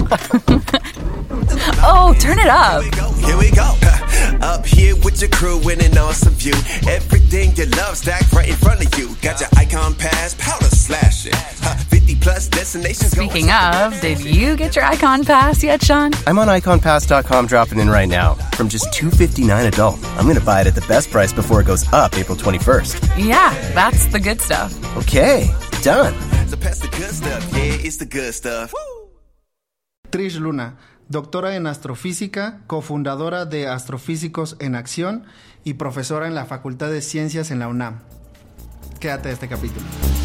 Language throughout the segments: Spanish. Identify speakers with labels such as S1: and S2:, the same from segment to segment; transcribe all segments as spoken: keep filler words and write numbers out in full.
S1: Oh, turn it up.
S2: Here we go. Up here with your crew in an awesome view. Everything you love stacked right in front of you. Got your Icon Pass, powder slashing. fifty plus destinations.
S1: Speaking of, did you get your Icon Pass yet, Sean?
S3: I'm on icon pass dot com dropping in right now. From just two hundred fifty-nine dollars adult. I'm going to buy it at the best price before it goes up April twenty-first.
S1: Yeah, that's the good stuff.
S3: Okay, done.
S2: So pass the good stuff. Yeah, it's the good stuff.
S4: Trish Luna, doctora en astrofísica, cofundadora de Astrofísicos en Acción y profesora en la Facultad de Ciencias en la UNAM. Quédate a este capítulo.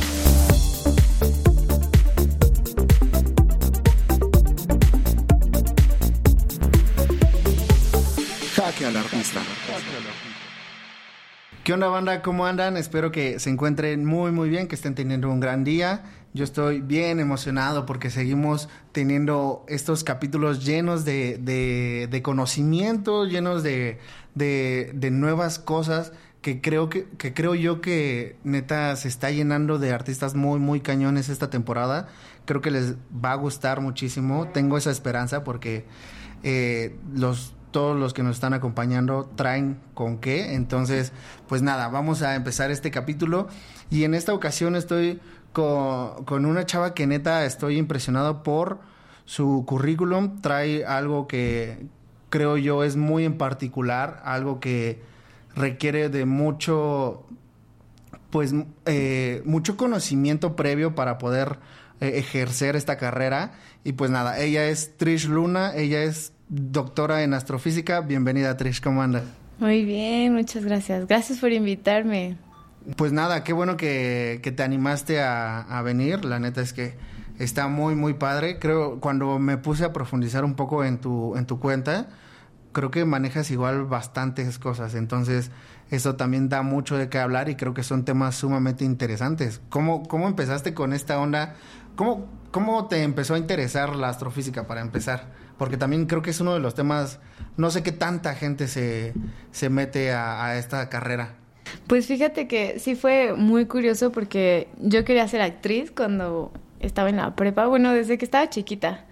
S4: Jaque al artista. ¿Qué onda, banda? ¿Cómo andan? Espero que se encuentren muy muy bien, que estén teniendo un gran día. Yo estoy bien emocionado porque seguimos teniendo estos capítulos llenos de, de, de conocimiento, llenos de, de, de nuevas cosas que creo que, que creo yo que neta se está llenando de artistas muy muy cañones esta temporada. Creo que les va a gustar muchísimo. Tengo esa esperanza porque eh, los todos los que nos están acompañando traen con qué. Entonces, pues nada, vamos a empezar este capítulo. Y en esta ocasión estoy con, con una chava que neta estoy impresionado por su currículum. Trae algo que creo yo es muy en particular, algo que requiere de mucho, pues, eh, mucho conocimiento previo para poder eh, ejercer esta carrera. Y pues nada, ella es Trish Luna, ella es doctora en astrofísica. Bienvenida, Trish, ¿cómo andas?
S5: Muy bien, muchas gracias. Gracias por invitarme.
S4: Pues nada, qué bueno que, que te animaste a, a venir. La neta es que está muy, muy padre. Creo, cuando me puse a profundizar un poco en tu, en tu cuenta, creo que manejas igual bastantes cosas. Entonces, eso también da mucho de qué hablar y creo que son temas sumamente interesantes. ¿Cómo, cómo empezaste con esta onda? ¿Cómo, cómo te empezó a interesar la astrofísica para empezar? Porque también creo que es uno de los temas, no sé qué tanta gente se, se mete a, a esta carrera.
S5: Pues fíjate que sí fue muy curioso porque yo quería ser actriz cuando estaba en la prepa, bueno, desde que estaba chiquita.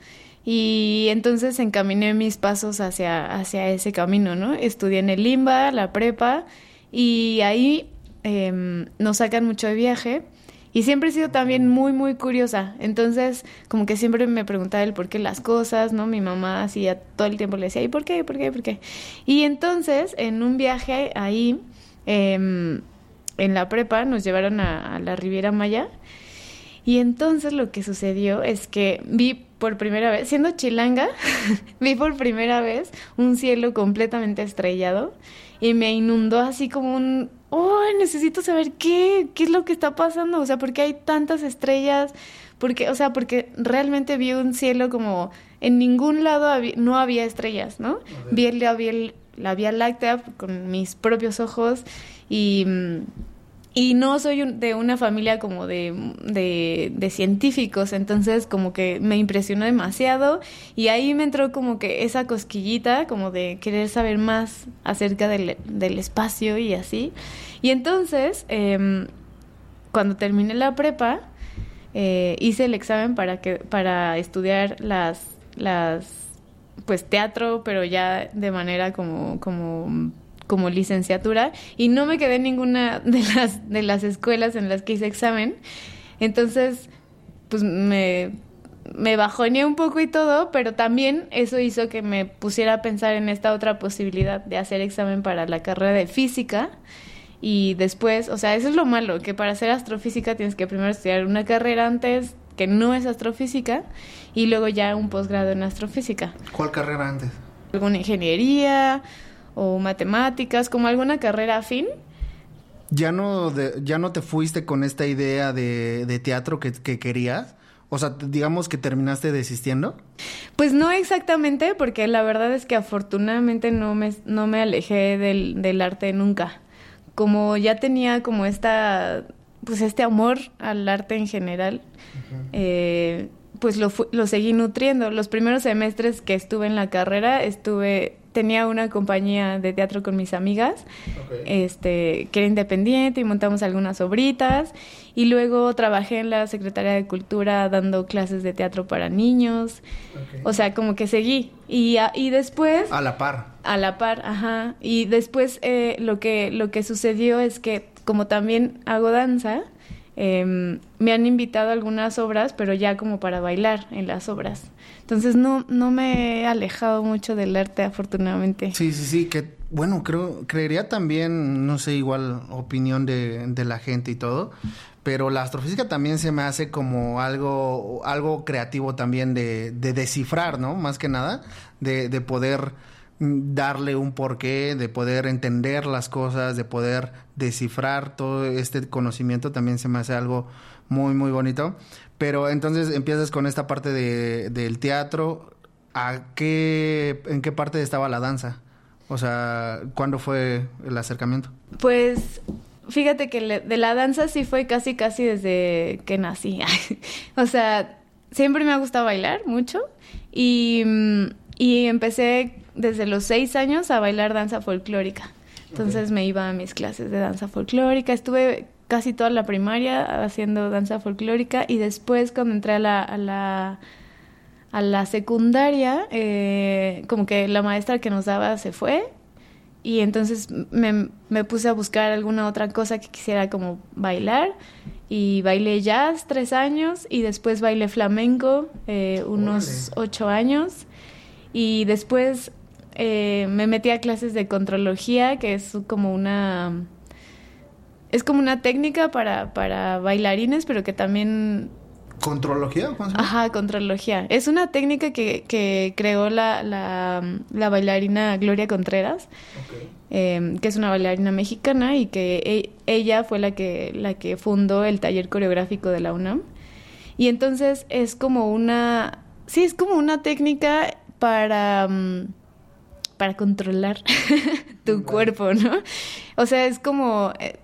S5: Y entonces encaminé mis pasos hacia, hacia ese camino, ¿no? Estudié en el Limba, la prepa, y ahí eh, nos sacan mucho de viaje. Y siempre he sido también muy, muy curiosa. Entonces, como que siempre me preguntaba el por qué las cosas, ¿no? Mi mamá hacía todo el tiempo le decía, ¿y por qué? ¿Por qué? ¿Por qué? Y entonces, en un viaje ahí, eh, en la prepa, nos llevaron a, a la Riviera Maya. Y entonces lo que sucedió es que vi por primera vez, siendo chilanga, vi por primera vez un cielo completamente estrellado. Y me inundó así como un... ¡Oh, necesito saber qué! ¿Qué es lo que está pasando? O sea, ¿por qué hay tantas estrellas? Porque, o sea, porque realmente vi un cielo como... En ningún lado había, no había estrellas, ¿no? Okay. Vi, el, vi el, la Vía Láctea con mis propios ojos y... Y no soy un, de una familia como de, de, de científicos, entonces como que me impresionó demasiado y ahí me entró como que esa cosquillita como de querer saber más acerca del, del espacio y así. Y entonces, eh, cuando terminé la prepa, eh, hice el examen para, que, para estudiar las, las, pues teatro, pero ya de manera como... como como licenciatura y no me quedé en ninguna de las de las escuelas en las que hice examen. Entonces, pues me me bajoneé un poco y todo, pero también eso hizo que me pusiera a pensar en esta otra posibilidad de hacer examen para la carrera de física y después, o sea, eso es lo malo, que para hacer astrofísica tienes que primero estudiar una carrera antes que no es astrofísica y luego ya un posgrado en astrofísica.
S4: ¿Cuál carrera antes?
S5: Alguna ingeniería o matemáticas, como alguna carrera afín.
S4: ¿Ya no, de, ya no te fuiste con esta idea de, de teatro que, que querías? O sea, digamos que terminaste desistiendo.
S5: Pues no exactamente, porque la verdad es que afortunadamente no me, no me alejé del, del arte nunca. Como ya tenía como esta, pues este amor al arte en general, uh-huh. eh, pues lo, fu- lo seguí nutriendo. Los primeros semestres que estuve en la carrera estuve tenía una compañía de teatro con mis amigas, okay. este, que era independiente y montamos algunas obritas. Y luego trabajé en la Secretaría de Cultura dando clases de teatro para niños. Okay. O sea, como que seguí. Y, y después...
S4: A la par.
S5: A la par, ajá. Y después eh, lo que lo que sucedió es que como también hago danza, eh, me han invitado a algunas obras, pero ya como para bailar en las obras. Entonces no, no me he alejado mucho del arte, afortunadamente.
S4: Sí, sí, sí, que bueno, creo, creería también, no sé, igual opinión de, de la gente y todo, pero la astrofísica también se me hace como algo, algo creativo también de, de descifrar, ¿no? Más que nada, de, de poder darle un porqué, de poder entender las cosas, de poder descifrar todo este conocimiento, también se me hace algo muy, muy bonito. Pero entonces empiezas con esta parte de, del teatro. ¿A qué, en qué parte estaba la danza? O sea, ¿cuándo fue el acercamiento?
S5: Pues fíjate que le, de la danza sí fue casi, casi desde que nací. O sea, siempre me ha gustado bailar mucho y, y empecé desde los seis años a bailar danza folclórica. Entonces okay. me iba a mis clases de danza folclórica. Estuve casi toda la primaria haciendo danza folclórica y después cuando entré a la, a la, a la secundaria, eh, como que la maestra que nos daba se fue y entonces me, me puse a buscar alguna otra cosa que quisiera como bailar y bailé jazz tres años y después bailé flamenco eh, unos Órale. ocho años y después eh, me metí a clases de contrología, que es como una... Es como una técnica para, para bailarines, pero que también...
S4: ¿Contrología?
S5: Ajá, contrología. Es una técnica que, que creó la, la, la bailarina Gloria Contreras, okay. eh, que es una bailarina mexicana y que e, ella fue la que, la que fundó el taller coreográfico de la UNAM. Y entonces es como una... Sí, es como una técnica para... para controlar tu okay. cuerpo, ¿no? O sea, es como... Eh,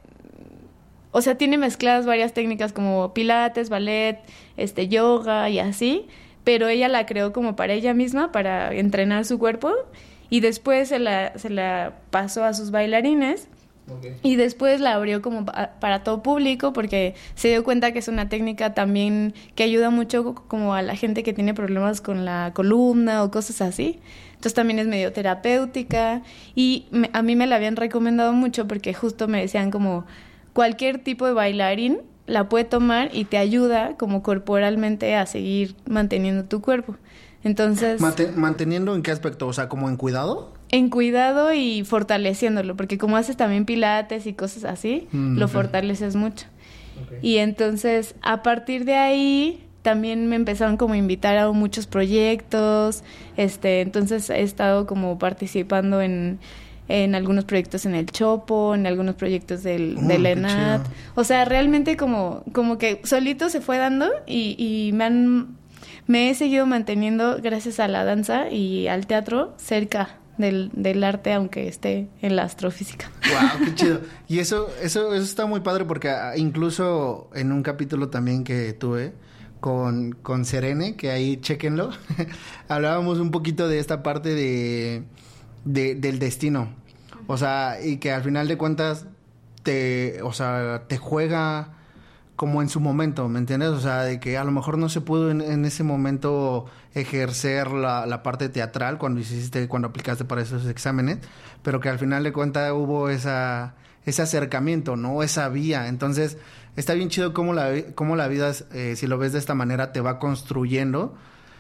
S5: O sea, tiene mezcladas varias técnicas como pilates, ballet, este, yoga y así, pero ella la creó como para ella misma, para entrenar su cuerpo, y después se la, se la pasó a sus bailarines, okay. y después la abrió como pa- para todo público, porque se dio cuenta que es una técnica también que ayuda mucho como a la gente que tiene problemas con la columna o cosas así. Entonces también es medio terapéutica, y me, a mí me la habían recomendado mucho porque justo me decían como... Cualquier tipo de bailarín la puede tomar y te ayuda como corporalmente a seguir manteniendo tu cuerpo. Entonces...
S4: Mate- ¿Manteniendo en qué aspecto? O sea, ¿como en cuidado?
S5: En cuidado y fortaleciéndolo, porque como haces también pilates y cosas así, mm, lo okay. fortaleces mucho. Okay. Y entonces, a partir de ahí, también me empezaron como a invitar a muchos proyectos, este, entonces he estado como participando en... en algunos proyectos en el Chopo, en algunos proyectos del, oh, del ENAD. O sea, realmente como, como que solito se fue dando y, y me han me he seguido manteniendo gracias a la danza y al teatro cerca del, del arte, aunque esté en la astrofísica.
S4: Wow, qué chido. Y eso, eso, eso está muy padre porque incluso en un capítulo también que tuve con, con Serene, que ahí chéquenlo, hablábamos un poquito de esta parte de De, del destino, o sea, y que al final de cuentas te, o sea, te juega como en su momento, ¿me entiendes? O sea, de que a lo mejor no se pudo en, en ese momento ejercer la, la parte teatral cuando hiciste, cuando aplicaste para esos exámenes, pero que al final de cuentas hubo esa, ese acercamiento, ¿no? Esa vía. Entonces, está bien chido cómo la, cómo la vida, eh, si lo ves de esta manera, te va construyendo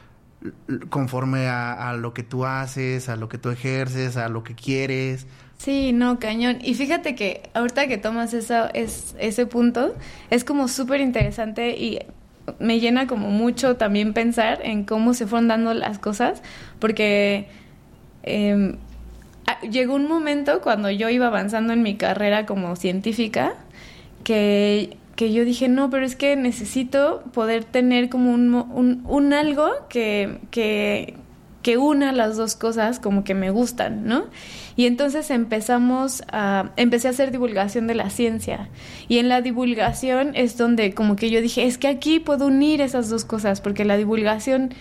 S4: conforme a, a lo que tú haces, a lo que tú ejerces, a lo que quieres.
S5: Sí, no, cañón. Y fíjate que ahorita que tomas eso, es, ese punto, es como súper interesante y me llena como mucho también pensar en cómo se fueron dando las cosas, porque eh, llegó un momento cuando yo iba avanzando en mi carrera como científica que... que yo dije, no, pero es que necesito poder tener como un, un, un algo que, que, que una las dos cosas como que me gustan, ¿no? Y entonces empezamos a, empecé a hacer divulgación de la ciencia. Y en la divulgación es donde como que yo dije, es que aquí puedo unir esas dos cosas, porque la divulgación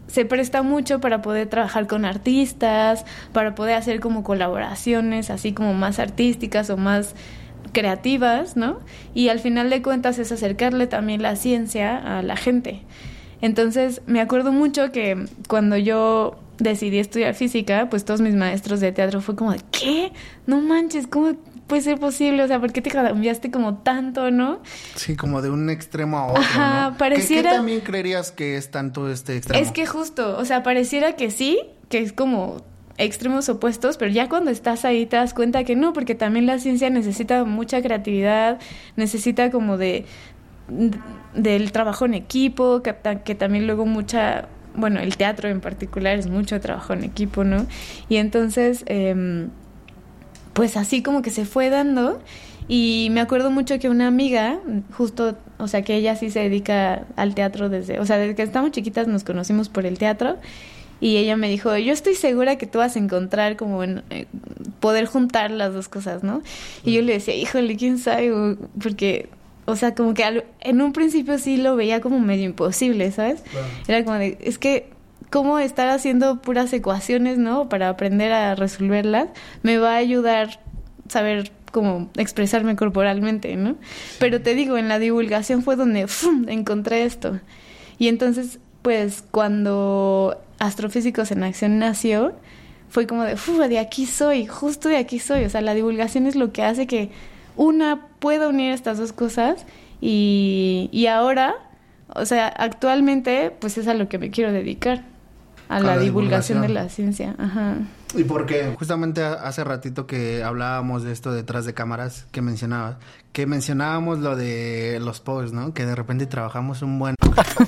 S5: se presta mucho para poder trabajar con artistas, para poder hacer como colaboraciones así como más artísticas o más creativas, ¿no? Y al final de cuentas es acercarle también la ciencia a la gente. Entonces me acuerdo mucho que cuando yo decidí estudiar física, pues todos mis maestros de teatro fue como de, ¿qué? No manches, ¿cómo puede ser posible? O sea, ¿por qué te cambiaste como tanto, no?
S4: Sí, como de un extremo a otro,
S5: Ajá,
S4: ¿no?
S5: pareciera...
S4: ¿Qué, qué también creerías que es tanto este extremo?
S5: Es que justo, o sea, pareciera que sí, que es como extremos opuestos, pero ya cuando estás ahí te das cuenta que no, porque también la ciencia necesita mucha creatividad, necesita como de... del trabajo en equipo, que, que también luego mucha... Bueno, el teatro en particular es mucho trabajo en equipo, ¿no? Y entonces... Eh, pues así como que se fue dando y me acuerdo mucho que una amiga, justo, o sea, que ella sí se dedica al teatro desde, o sea, desde que estamos chiquitas nos conocimos por el teatro y ella me dijo, yo estoy segura que tú vas a encontrar como en, eh, poder juntar las dos cosas, ¿no? Y yo le decía, híjole, quién sabe, porque, o sea, como que al, en un principio sí lo veía como medio imposible, ¿sabes? Claro. Era como de, es que cómo estar haciendo puras ecuaciones, ¿no? Para aprender a resolverlas, me va a ayudar saber cómo expresarme corporalmente, ¿no? Pero te digo, en la divulgación fue donde ¡fum!, encontré esto. Y entonces, pues, cuando Astrofísicos en Acción nació, fue como de, ¡uf!, de aquí soy, justo de aquí soy. O sea, la divulgación es lo que hace que una pueda unir estas dos cosas y, y ahora, o sea, actualmente, pues es a lo que me quiero dedicar. A la, a la divulgación, divulgación de la ciencia, ajá.
S4: ¿Y por qué? Justamente hace ratito que hablábamos de esto detrás de cámaras que mencionabas, que mencionábamos lo de los posts, ¿no? Que de repente trabajamos un buen...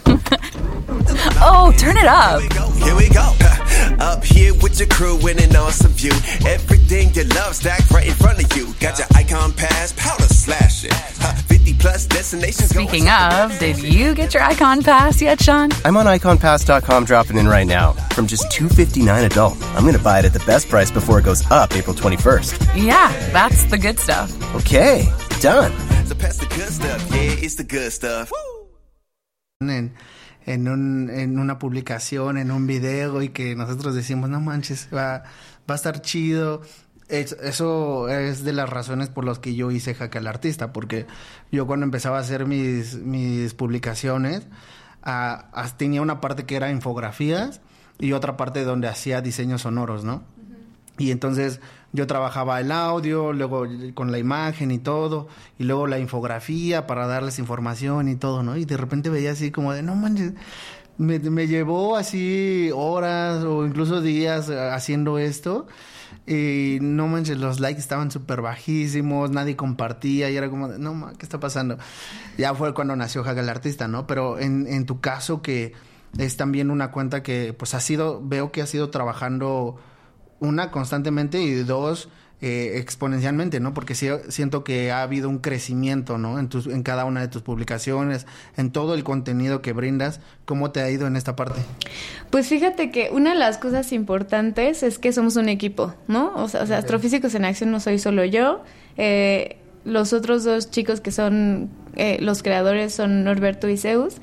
S1: Oh, turn it up.
S2: Here we go. Up here with your crew in an awesome view. Everything you love stacked right in front of you. Got your icon pass, powder slash it. fifty plus destinations.
S1: Speaking of, did you get your Icon Pass yet, Sean?
S3: I'm on icon pass dot com dropping in right now. From just two hundred fifty-nine dollars adult, I'm going to buy it at the best price before it goes up April twenty-first.
S1: Yeah, that's the good stuff.
S3: Okay, done.
S2: So pass the good stuff. Yeah, it's the good stuff.
S4: En, en, un, en una publicación, en un video y que nosotros decimos, no manches, va, va a estar chido. Es, eso es de las razones por las que yo hice Jaque al Artista, porque yo cuando empezaba a hacer mis, mis publicaciones, a, a, tenía una parte que era infografías y otra parte donde hacía diseños sonoros, ¿no? Y entonces yo trabajaba el audio, luego con la imagen y todo, y luego la infografía para darles información y todo, ¿no? Y de repente veía así como de, no manches, me, me llevó así horas o incluso días haciendo esto, y no manches, los likes estaban súper bajísimos, nadie compartía, y era como de, no manches, ¿qué está pasando? Ya fue cuando nació Jaque al Artista, ¿no? Pero en, en tu caso, que es también una cuenta que, pues, ha sido, veo que has ido trabajando... Una, constantemente, y dos, eh, exponencialmente, ¿no? Porque sí, siento que ha habido un crecimiento, ¿no? En, tus, en cada una de tus publicaciones, en todo el contenido que brindas. ¿Cómo te ha ido en esta parte?
S5: Pues fíjate que una de las cosas importantes es que somos un equipo, ¿no? O sea, o sea okay. Astrofísicos en Acción no soy solo yo. Eh, los otros dos chicos que son eh, los creadores son Norberto y Zeus.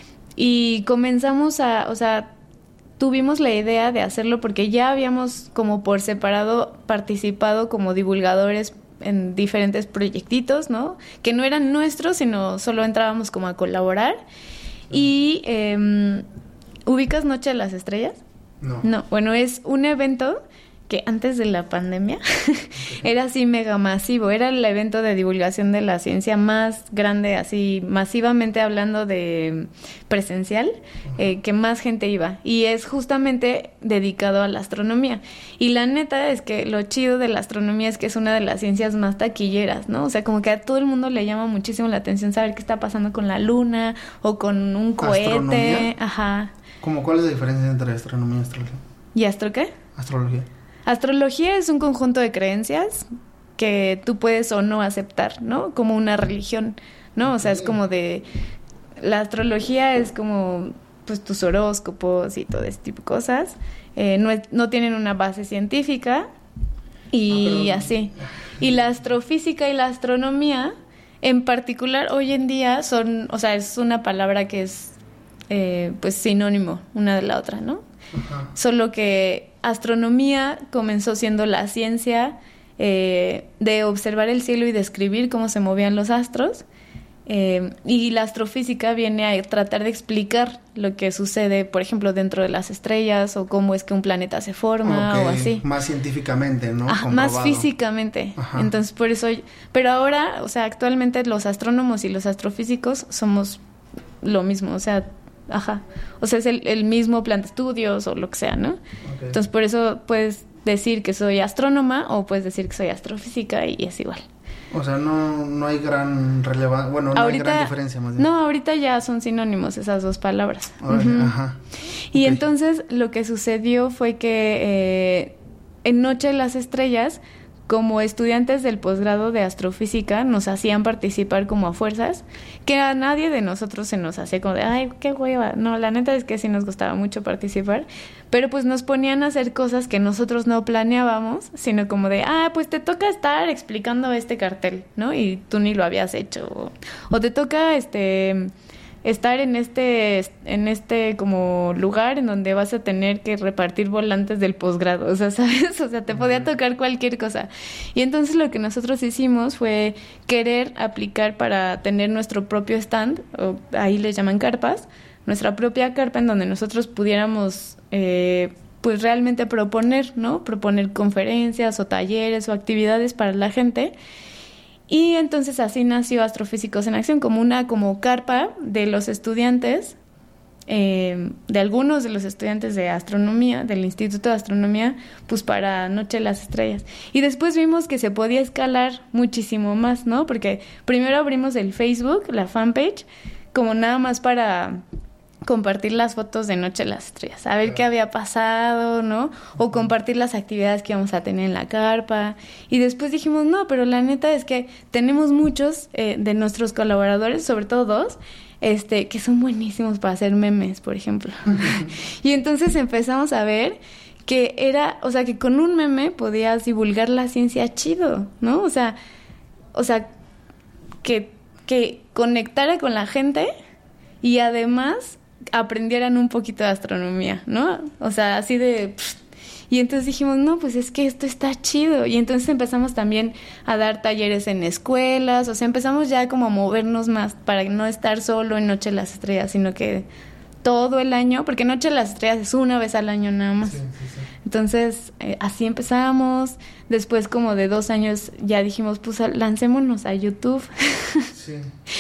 S5: Y comenzamos a, o sea... Tuvimos la idea de hacerlo porque ya habíamos como por separado participado como divulgadores en diferentes proyectitos, ¿no? Que no eran nuestros, sino solo entrábamos como a colaborar. Y eh, ¿ubicas Noche de las Estrellas?
S4: No.
S5: No, bueno, es un evento que antes de la pandemia era así mega masivo, era el evento de divulgación de la ciencia más grande, así masivamente hablando de presencial, eh, que más gente iba, y es justamente dedicado a la astronomía. Y la neta es que lo chido de la astronomía es que es una de las ciencias más taquilleras, ¿no? O sea, como que a todo el mundo le llama muchísimo la atención saber qué está pasando con la luna o con un cohete.
S4: ¿Astronomía?
S5: Ajá.
S4: ¿Cómo cuál es la diferencia entre astronomía y astrología?
S5: ¿Y astro qué?
S4: Astrología.
S5: Astrología es un conjunto de creencias que tú puedes o no aceptar, ¿no? Como una religión, ¿no? O sea, es como de... La astrología es como, pues, tus horóscopos y todo ese tipo de cosas. Eh, no, es, no tienen una base científica y ah, pero... así. Y la astrofísica y la astronomía, en particular, hoy en día son... O sea, es una palabra que es... eh, pues sinónimo una de la otra, ¿no? Ajá. Solo que astronomía comenzó siendo la ciencia eh, de observar el cielo y describir cómo se movían los astros. Eh, y la astrofísica viene a tratar de explicar lo que sucede, por ejemplo, dentro de las estrellas o cómo es que un planeta se forma okay. o así.
S4: Más científicamente, ¿no?
S5: Ah, más físicamente. Ajá. Entonces, por eso... Pero ahora, o sea, actualmente los astrónomos y los astrofísicos somos lo mismo, o sea, ajá. O sea, es el, el mismo plan de estudios o lo que sea, ¿no? Okay. Entonces, por eso puedes decir que soy astrónoma o puedes decir que soy astrofísica y es igual.
S4: O sea, no, no hay gran relevancia, bueno, no ahorita, hay gran diferencia más bien.
S5: No, ahorita ya son sinónimos esas dos palabras.
S4: Oye, uh-huh. Ajá.
S5: Y okay. Entonces lo que sucedió fue que eh, en Noche de las Estrellas, como estudiantes del posgrado de astrofísica, nos hacían participar como a fuerzas, que a nadie de nosotros se nos hacía como de, ay, qué hueva. No, la neta es que sí nos gustaba mucho participar, pero pues nos ponían a hacer cosas que nosotros no planeábamos, sino como de, ah, pues te toca estar explicando este cartel, ¿no? Y tú ni lo habías hecho. O, o te toca, este... estar en este en este como lugar en donde vas a tener que repartir volantes del posgrado, o sea, ¿sabes? O sea, te podía tocar cualquier cosa. Y entonces lo que nosotros hicimos fue querer aplicar para tener nuestro propio stand, o ahí les llaman carpas, nuestra propia carpa en donde nosotros pudiéramos eh, pues realmente proponer, ¿no? Proponer conferencias o talleres o actividades para la gente. Y entonces así nació Astrofísicos en Acción, como una como carpa de los estudiantes, eh, de algunos de los estudiantes de astronomía, del Instituto de Astronomía, pues para Noche de las Estrellas. Y después vimos que se podía escalar muchísimo más, ¿no? Porque primero abrimos el Facebook, la fanpage, como nada más para compartir las fotos de Noche de las Estrellas, a ver claro. qué había pasado, ¿no? O compartir las actividades que íbamos a tener en la carpa. Y después dijimos, no, pero la neta es que tenemos muchos eh, de nuestros colaboradores, sobre todo dos, este, que son buenísimos para hacer memes, por ejemplo. Y entonces empezamos a ver que era, o sea, que con un meme podías divulgar la ciencia chido, ¿no? O sea, o sea, que, que conectara con la gente y además aprendieran un poquito de astronomía, ¿no? O sea, así de... Pff. Y entonces dijimos, no, pues es que esto está chido. Y entonces empezamos también a dar talleres en escuelas, o sea, empezamos ya como a movernos más para no estar solo en Noche de las Estrellas, sino que todo el año, porque Noche de las Estrellas es una vez al año nada más. Sí, sí, sí. Entonces, eh, así empezamos. Después, como de dos años, ya dijimos, pues lancémonos a YouTube. Sí.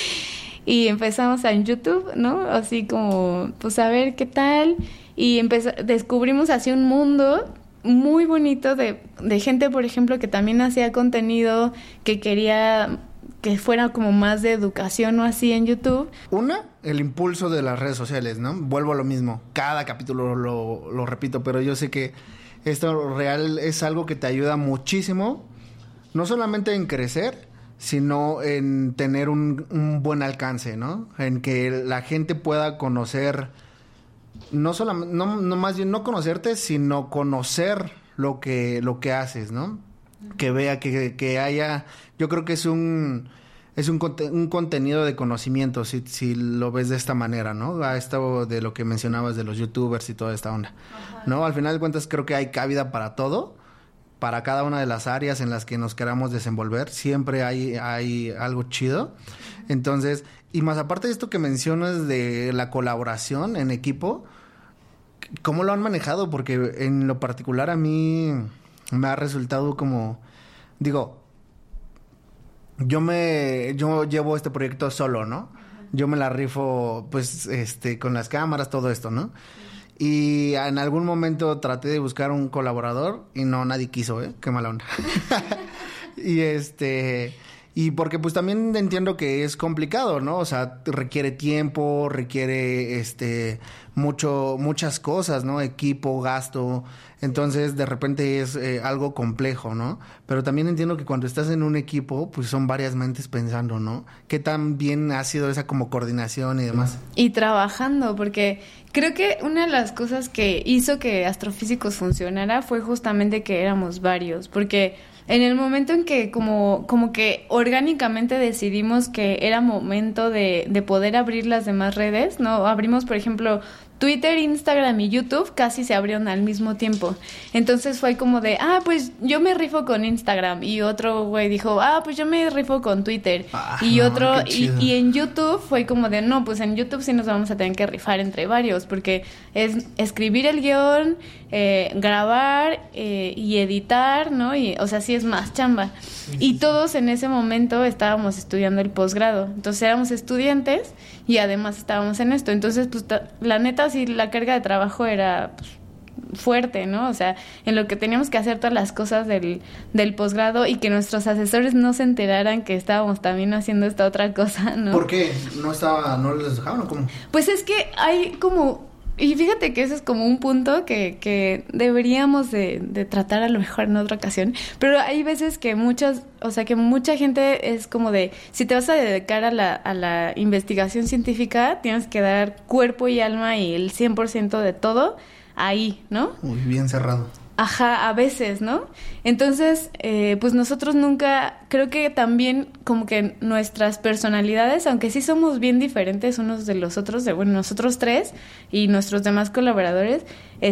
S5: Y empezamos en YouTube, ¿no? Así como, pues a ver qué tal. Y empezó, descubrimos así un mundo muy bonito de, de gente, por ejemplo, que también hacía contenido, que quería que fuera como más de educación o así en YouTube.
S4: Una, el impulso de las redes sociales, ¿no? Vuelvo a lo mismo. Cada capítulo lo, lo repito, pero yo sé que esto real es algo que te ayuda muchísimo, no solamente en crecer, sino en tener un, un buen alcance, ¿no? En que la gente pueda conocer, no solamente, no, no más bien no conocerte, sino conocer lo que, lo que haces, ¿no? Que vea, que, que haya, yo creo que es un, es un, un contenido de conocimiento, si, si lo ves de esta manera, ¿no? A esto de lo que mencionabas de los youtubers y toda esta onda, ajá, ¿no? Al final de cuentas creo que hay cabida para todo, para cada una de las áreas en las que nos queramos desenvolver, siempre hay, hay algo chido. Entonces, y más aparte de esto que mencionas de la colaboración en equipo, ¿cómo lo han manejado? Porque en lo particular a mí me ha resultado como, digo, yo me, yo llevo este proyecto solo, ¿no? Yo me la rifo, pues, este, con las cámaras, todo esto, ¿no? Y en algún momento traté de buscar un colaborador y no, nadie quiso, ¿eh? Qué mala onda. Y este... Y porque pues también entiendo que es complicado, ¿no? O sea, requiere tiempo, requiere este mucho muchas cosas, ¿no? Equipo, gasto. Entonces, de repente es eh, algo complejo, ¿no? Pero también entiendo que cuando estás en un equipo, pues son varias mentes pensando, ¿no? ¿Qué tan bien ha sido esa como coordinación y demás?
S5: Y trabajando, porque creo que una de las cosas que hizo que Astrofísicos funcionara fue justamente que éramos varios, porque en el momento en que como, como que orgánicamente decidimos que era momento de, de poder abrir las demás redes, ¿no? Abrimos, por ejemplo, Twitter, Instagram y YouTube casi se abrieron al mismo tiempo. Entonces fue como de, ah, pues yo me rifo con Instagram. Y otro güey dijo, ah, pues yo me rifo con Twitter.
S4: Ah,
S5: y
S4: no,
S5: otro,
S4: qué
S5: y,
S4: chido.
S5: y en YouTube fue como de, no, pues en YouTube sí nos vamos a tener que rifar entre varios. Porque es escribir el guión, eh, grabar eh, y editar, ¿no? Y, o sea, sí es más chamba. Sí, y sí, todos sí. En ese momento estábamos estudiando el posgrado. Entonces éramos estudiantes y además estábamos en esto. Entonces, pues ta- la neta sí la carga de trabajo era pues, fuerte, ¿no? O sea, en lo que teníamos que hacer todas las cosas del, del posgrado y que nuestros asesores no se enteraran que estábamos también haciendo esta otra cosa, ¿no?
S4: ¿Por qué? ¿No estaba, no les dejaban o cómo?
S5: Pues es que hay como... Y fíjate que ese es como un punto que, que deberíamos de, de tratar a lo mejor en otra ocasión, pero hay veces que muchas, o sea, que mucha gente es como de, si te vas a dedicar a la, a la investigación científica, tienes que dar cuerpo y alma y el cien por ciento de todo ahí, ¿no?
S4: Muy bien cerrado.
S5: Ajá, a veces, ¿no? Entonces, eh, pues nosotros nunca, creo que también como que nuestras personalidades, aunque sí somos bien diferentes unos de los otros, de bueno, nosotros tres y nuestros demás colaboradores,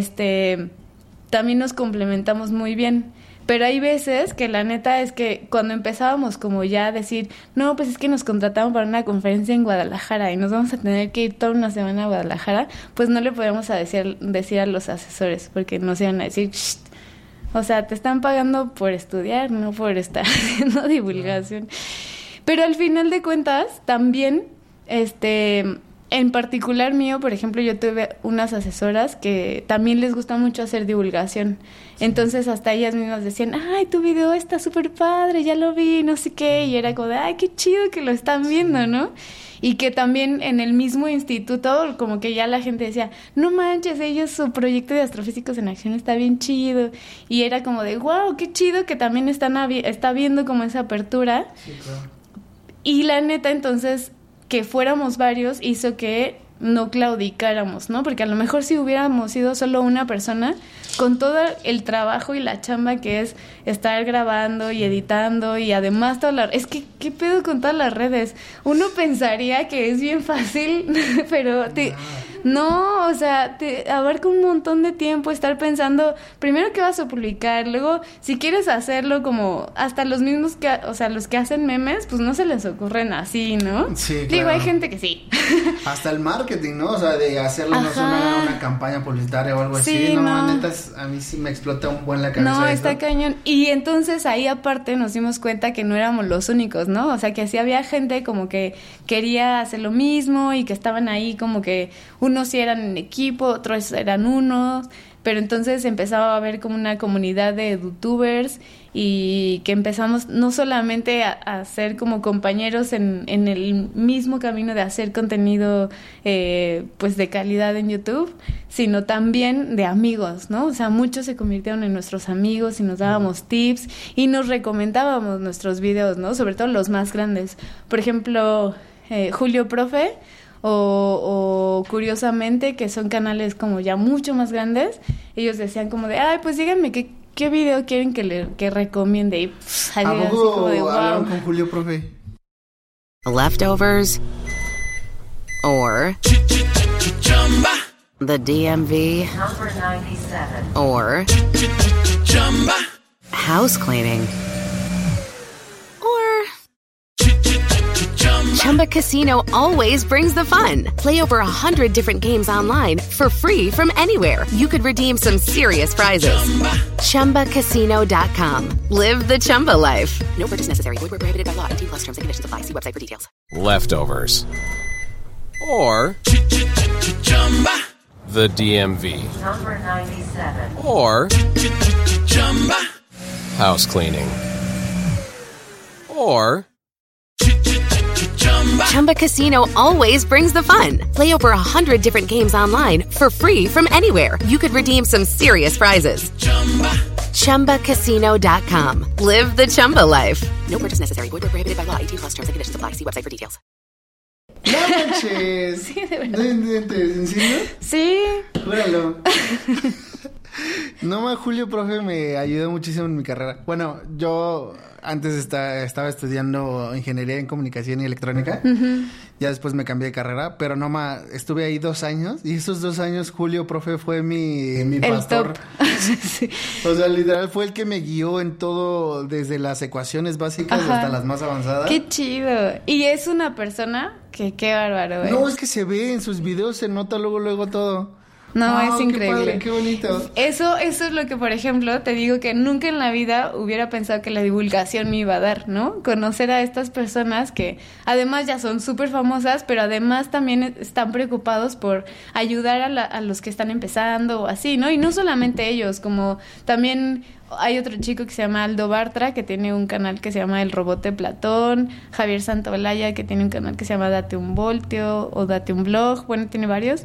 S5: este, también nos complementamos muy bien. Pero hay veces que la neta es que cuando empezábamos como ya a decir, no, pues es que nos contratamos para una conferencia en Guadalajara y nos vamos a tener que ir toda una semana a Guadalajara, pues no le podemos a decir, decir a los asesores, porque nos iban a decir, Shh, o sea, te están pagando por estudiar, no por estar haciendo divulgación. Pero al final de cuentas, también, este... en particular mío, por ejemplo, yo tuve unas asesoras que también les gusta mucho hacer divulgación. Entonces hasta ellas mismas decían, ay, tu video está súper padre, ya lo vi, no sé qué. Y era como de, ay, qué chido que lo están viendo, ¿no? Y que también en el mismo instituto, como que ya la gente decía, no manches, ellos, su proyecto de Astrofísicos en Acción está bien chido. Y era como de, wow, qué chido que también están habi- está viendo como esa apertura. Sí, claro. Y la neta, entonces... que fuéramos varios hizo que no claudicáramos, ¿no? Porque a lo mejor si hubiéramos sido solo una persona, con todo el trabajo y la chamba que es estar grabando y editando y además todas las... Es que, ¿qué pedo con todas las redes? Uno pensaría que es bien fácil, pero te... No, o sea, te abarca un montón de tiempo estar pensando, primero qué vas a publicar, luego si quieres hacerlo como hasta los mismos que, o sea, los que hacen memes, pues no se les ocurren así, ¿no?
S4: Sí, claro.
S5: Digo, hay gente que sí.
S4: Hasta el marketing, ¿no? O sea, de hacerlo, no sé, una, una campaña publicitaria o algo
S5: sí,
S4: así, no,
S5: no.
S4: Neta, a mí sí me explota un buen la cabeza.
S5: No,
S4: esto.
S5: está cañón. Y entonces ahí aparte nos dimos cuenta que no éramos los únicos, ¿no? O sea, que sí había gente como que quería hacer lo mismo y que estaban ahí como que unos sí eran en equipo, otros eran unos, pero entonces empezaba a haber como una comunidad de youtubers y que empezamos no solamente a, a ser como compañeros en, en el mismo camino de hacer contenido eh, pues de calidad en YouTube, sino también de amigos, ¿no? O sea, muchos se convirtieron en nuestros amigos y nos dábamos tips y nos recomendábamos nuestros videos, ¿no? Sobre todo los más grandes. Por ejemplo, eh, Julio Profe o, o Curiosamente, que son canales como ya mucho más grandes, ellos decían como de, ay, pues díganme qué, qué video quieren que le que recomiende. Y pff,
S4: ¿A
S5: así
S4: poco
S5: como de,
S4: hablaron
S5: wow.
S4: con Julio Profe?
S6: Leftovers or the D M V or house cleaning or Chumba Casino always brings the fun. Play over a hundred different games online for free from anywhere. You could redeem some serious prizes. Chumba Casino dot com. Live the Chumba life. No purchase necessary. Void where prohibited by law. eighteen plus terms and conditions apply. See website for details.
S7: Leftovers or the D M V
S8: Number ninety-seven
S7: or house cleaning or
S6: Chumba Casino always brings the fun. Play over a hundred different games online for free from anywhere. You could redeem some serious prizes. Chumba Casino dot com. Live the Chumba life. No purchase necessary. Void where prohibited by law. eighteen plus terms and conditions apply. See website for details.
S4: ¡No manches!
S5: Sí, de verdad.
S4: ¿De, de, de, ¿En serio?
S5: Sí.
S4: Júralo. No, ma, Julio, profe, me ayudó muchísimo en mi carrera. Bueno, yo antes está, estaba estudiando ingeniería en comunicación y electrónica. Uh-huh. Ya después me cambié de carrera, pero no, ma, estuve ahí dos años. Y esos dos años, Julio, profe, fue mi, mi pastor. Sí. O sea, literal, fue el que me guió en todo, desde las ecuaciones básicas Ajá. hasta las más avanzadas.
S5: ¡Qué chido! Y es una persona que qué bárbaro, ¿eh?
S4: No, es que se ve en sus videos, se nota luego, luego todo.
S5: No, oh, es increíble.
S4: Qué padre, qué bonito.
S5: Eso, eso es lo que, por ejemplo, te digo que nunca en la vida hubiera pensado que la divulgación me iba a dar, ¿no? Conocer a estas personas que además ya son súper famosas, pero además también están preocupados por ayudar a, la, a los que están empezando o así, ¿no? Y no solamente ellos, como también hay otro chico que se llama Aldo Bartra, que tiene un canal que se llama El Robot de Platón, Javier Santaolalla, que tiene un canal que se llama Date un Voltio o Date un Blog, bueno, tiene varios,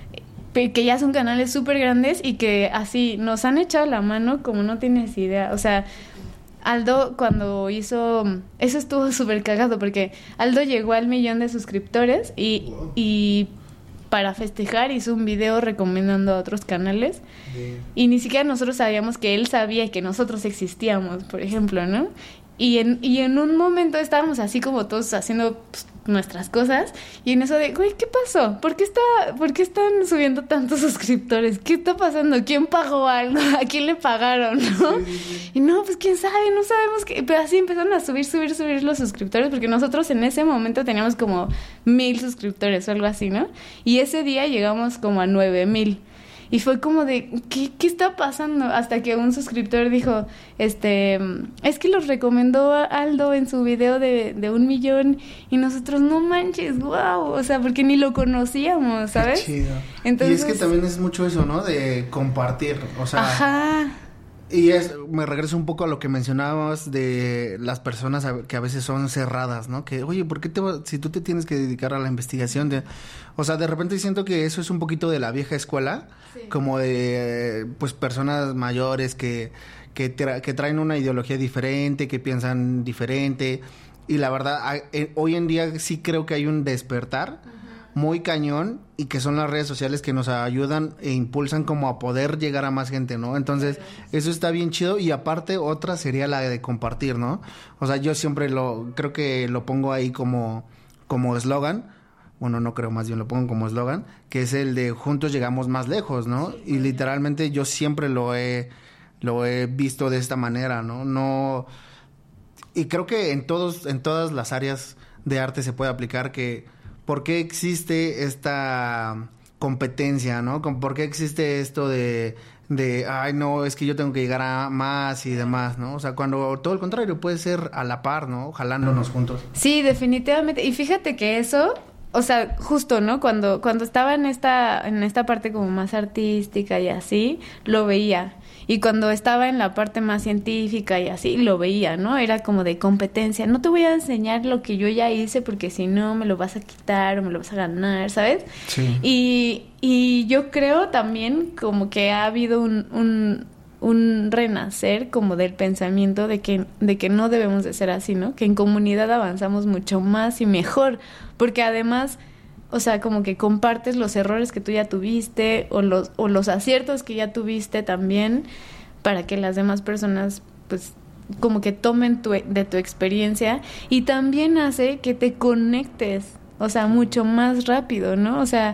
S5: que ya son canales súper grandes y que así nos han echado la mano como no tienes idea. O sea, Aldo cuando hizo... Eso estuvo súper cagado porque Aldo llegó al millón de suscriptores y, wow. y para festejar hizo un video recomendando a otros canales. Bien. Y ni siquiera nosotros sabíamos que él sabía que nosotros existíamos, por ejemplo, ¿no? Y en, y en un momento estábamos así como todos haciendo pues, nuestras cosas y en eso de, güey, ¿qué pasó? ¿Por qué está, por qué están subiendo tantos suscriptores? ¿Qué está pasando? ¿Quién pagó algo? ¿A quién le pagaron? ¿No? Sí, sí, sí. Y no, pues quién sabe, no sabemos qué. Pero así empezaron a subir, subir, subir los suscriptores porque nosotros en ese momento teníamos como mil suscriptores o algo así, ¿no? Y ese día llegamos como a nueve mil. Y fue como de, ¿qué, ¿qué está pasando? Hasta que un suscriptor dijo, este, es que los recomendó Aldo en su video de, de un millón y nosotros, no manches, wow, o sea, porque ni lo conocíamos, ¿sabes?
S4: Qué chido.
S5: Entonces,
S4: y es que también es mucho eso, ¿no? De compartir, o sea...
S5: Ajá.
S4: Y es, me regreso un poco a lo que mencionabas de las personas que a veces son cerradas, ¿no? Que, oye, ¿por qué te va, si tú te tienes que dedicar a la investigación? De, o sea, de repente siento que eso es un poquito de la vieja escuela, sí. Como de, pues, personas mayores que, que, tra- que traen una ideología diferente, que piensan diferente. Y la verdad, hay, eh, hoy en día sí creo que hay un despertar muy cañón y que son las redes sociales que nos ayudan e impulsan como a poder llegar a más gente, ¿no? Entonces, eso está bien chido y aparte otra sería la de compartir, ¿no? O sea, yo siempre lo, creo que lo pongo ahí como, como eslogan, bueno, no creo, más bien lo pongo como eslogan, que es el de juntos llegamos más lejos, ¿no? Y literalmente yo siempre lo he, lo he visto de esta manera, ¿no? No, y creo que en todos, en todas las áreas de arte se puede aplicar que ¿por qué existe esta competencia, no? ¿Por qué existe esto de, de, ay, no, es que yo tengo que llegar a más y demás, ¿no? O sea, cuando todo el contrario puede ser a la par, ¿no? Jalándonos juntos.
S5: Sí, definitivamente. Y fíjate que eso, o sea, justo, ¿no? Cuando, cuando estaba en esta, en esta parte como más artística y así, lo veía. Y cuando estaba en la parte más científica y así, lo veía, ¿no? Era como de competencia. No te voy a enseñar lo que yo ya hice porque si no me lo vas a quitar o me lo vas a ganar, ¿sabes?
S4: Sí.
S5: Y, y yo creo también como que ha habido un, un, un renacer como del pensamiento de que, de que no debemos de ser así, ¿no? Que en comunidad avanzamos mucho más y mejor. Porque además... O sea, como que compartes los errores que tú ya tuviste o los o los aciertos que ya tuviste también para que las demás personas, pues, como que tomen tu, de tu experiencia y también hace que te conectes, o sea, mucho más rápido, ¿no? O sea,